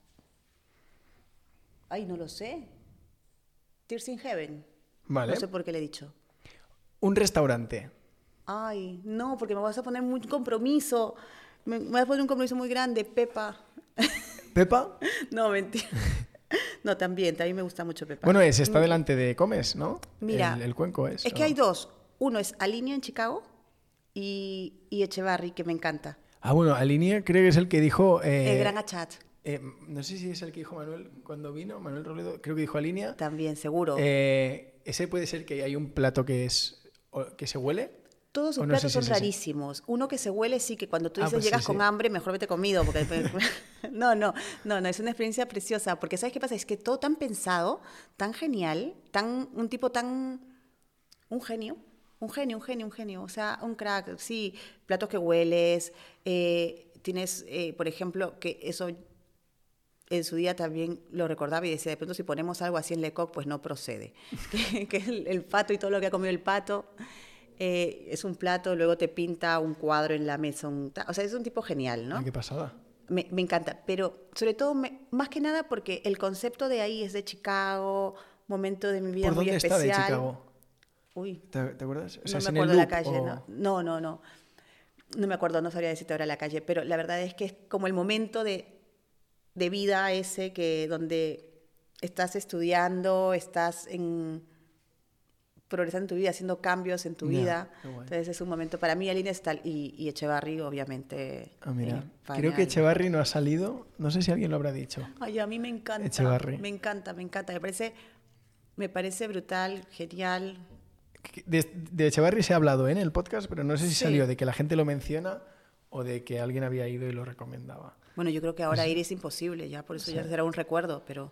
[SPEAKER 3] Ay, no lo sé. Tears in Heaven.
[SPEAKER 2] Vale.
[SPEAKER 3] No sé por qué le he dicho.
[SPEAKER 2] Un restaurante.
[SPEAKER 3] Ay, no, porque me vas a poner un compromiso. Me vas a poner un compromiso muy grande, Pepa.
[SPEAKER 2] ¿Pepa?
[SPEAKER 3] No, mentira. No, también me gusta mucho Pepa.
[SPEAKER 2] Bueno, está delante de Comes, ¿no?
[SPEAKER 3] Mira,
[SPEAKER 2] el cuenco es.
[SPEAKER 3] Es que hay dos. Uno es Alinea en Chicago y Echevarri, que me encanta.
[SPEAKER 2] Ah, bueno, Alinea creo que es el que dijo...
[SPEAKER 3] el Gran Achat.
[SPEAKER 2] No sé si es el que dijo Manuel cuando vino, Manuel Roledo, creo que dijo Alinea.
[SPEAKER 3] También, seguro.
[SPEAKER 2] Ese puede ser que hay un plato que se huele.
[SPEAKER 3] Todos sus platos son rarísimos. Uno que se huele, sí, que cuando tú dices llegas con hambre, mejor vete comido. Porque no, es una experiencia preciosa. Porque ¿sabes qué pasa? Es que todo tan pensado, tan genial, un tipo tan... Un genio. O sea, un crack. Sí, platos que hueles. Tienes, por ejemplo, que eso en su día también lo recordaba y decía, de pronto si ponemos algo así en Lecoq, pues no procede. que es el pato y todo lo que ha comido el pato. Es un plato, luego te pinta un cuadro en la mesa. O sea, es un tipo genial, ¿no?
[SPEAKER 2] Qué pasada.
[SPEAKER 3] Me encanta, pero sobre todo, más que nada porque el concepto de ahí es de Chicago, momento de mi vida muy especial.
[SPEAKER 2] ¿Por dónde está de Chicago?
[SPEAKER 3] Uy.
[SPEAKER 2] ¿Te acuerdas? O sea,
[SPEAKER 3] No me
[SPEAKER 2] ¿en
[SPEAKER 3] acuerdo
[SPEAKER 2] el
[SPEAKER 3] la
[SPEAKER 2] Loop
[SPEAKER 3] calle,
[SPEAKER 2] o...?
[SPEAKER 3] no. No me acuerdo, no sabría decirte ahora la calle, pero la verdad es que es como el momento de vida ese que donde estás estudiando, estás progresando en tu vida, haciendo cambios en tu vida. Entonces es un momento, para mí Aline Stal y Echevarri, obviamente.
[SPEAKER 2] Mira, creo que Echevarri no ha salido, no sé si alguien lo habrá dicho.
[SPEAKER 3] Ay, a mí me encanta.
[SPEAKER 2] Echevarri.
[SPEAKER 3] Me encanta. Me parece brutal, genial.
[SPEAKER 2] De Echevarri se ha hablado en el podcast, pero no sé si salió de que la gente lo menciona o de que alguien había ido y lo recomendaba.
[SPEAKER 3] Bueno, yo creo que ahora ir es imposible, ya por eso ya será un recuerdo, pero...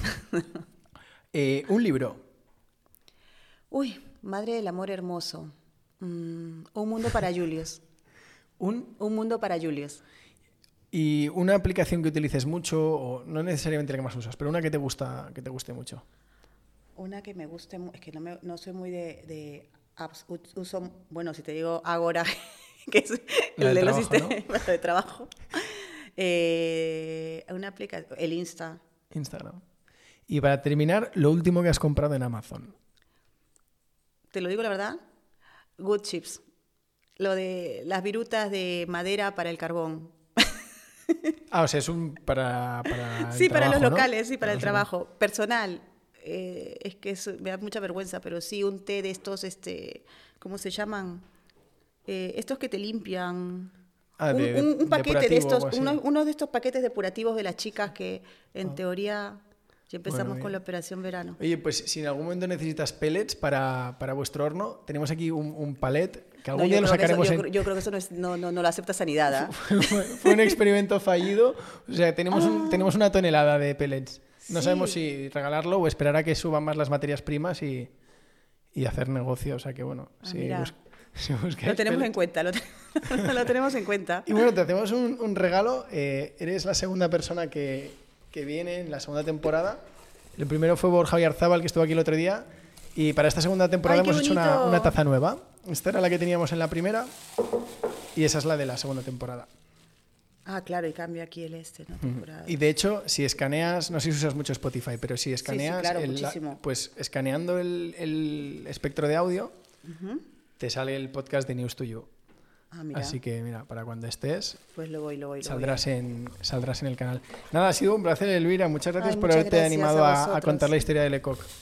[SPEAKER 2] Un libro.
[SPEAKER 3] Uy, Madre del Amor Hermoso. Un mundo para Julius. Un mundo para Julius.
[SPEAKER 2] ¿Y una aplicación que utilices mucho, o no necesariamente la que más usas, pero una que te guste mucho?
[SPEAKER 3] Una que me guste, es que no soy muy de apps. Uso, bueno, si te digo Agora, que es el de los sistemas, ¿no? De trabajo. Una aplicación, el
[SPEAKER 2] Instagram. Y para terminar, lo último que has comprado en Amazon.
[SPEAKER 3] Te lo digo la verdad, Wood Chips. Lo de las virutas de madera para el carbón.
[SPEAKER 2] O sea, es para
[SPEAKER 3] sí,
[SPEAKER 2] el
[SPEAKER 3] para
[SPEAKER 2] trabajo,
[SPEAKER 3] los locales,
[SPEAKER 2] ¿no?
[SPEAKER 3] Sí, para el trabajo. Personal. Es que me da mucha vergüenza, pero sí, un té de estos, ¿cómo se llaman? Estos que te limpian. Un paquete de estos, uno de estos paquetes depurativos de las chicas que en teoría ya empezamos con la operación verano.
[SPEAKER 2] Oye, pues si en algún momento necesitas pellets para vuestro horno, tenemos aquí un palet que algún día lo sacaremos.
[SPEAKER 3] Yo creo que eso no lo acepta Sanidad.
[SPEAKER 2] Fue un experimento fallido. O sea, tenemos una tonelada de pellets. No sabemos si regalarlo o esperar a que suban más las materias primas y hacer negocio. O sea que bueno,
[SPEAKER 3] lo tenemos en cuenta, lo tenemos en cuenta.
[SPEAKER 2] Y bueno, te hacemos un regalo. Eres la segunda persona que viene en la segunda temporada. El primero fue Borja Oyarzábal, que estuvo aquí el otro día. Y para esta segunda temporada hemos hecho una taza nueva. Esta era la que teníamos en la primera y esa es la de la segunda temporada.
[SPEAKER 3] Claro, y cambia aquí ¿no? Temporada.
[SPEAKER 2] Y de hecho, si escaneas, no sé si usas mucho Spotify, pero si escaneas,
[SPEAKER 3] muchísimo.
[SPEAKER 2] Pues escaneando el espectro de audio, te sale el podcast de News to You.
[SPEAKER 3] Mira.
[SPEAKER 2] Así que mira, para cuando estés,
[SPEAKER 3] pues lo voy.
[SPEAKER 2] Saldrás en el canal. Nada, ha sido un placer, Elvira. Muchas gracias por haberte animado a contar la historia de Lecoq.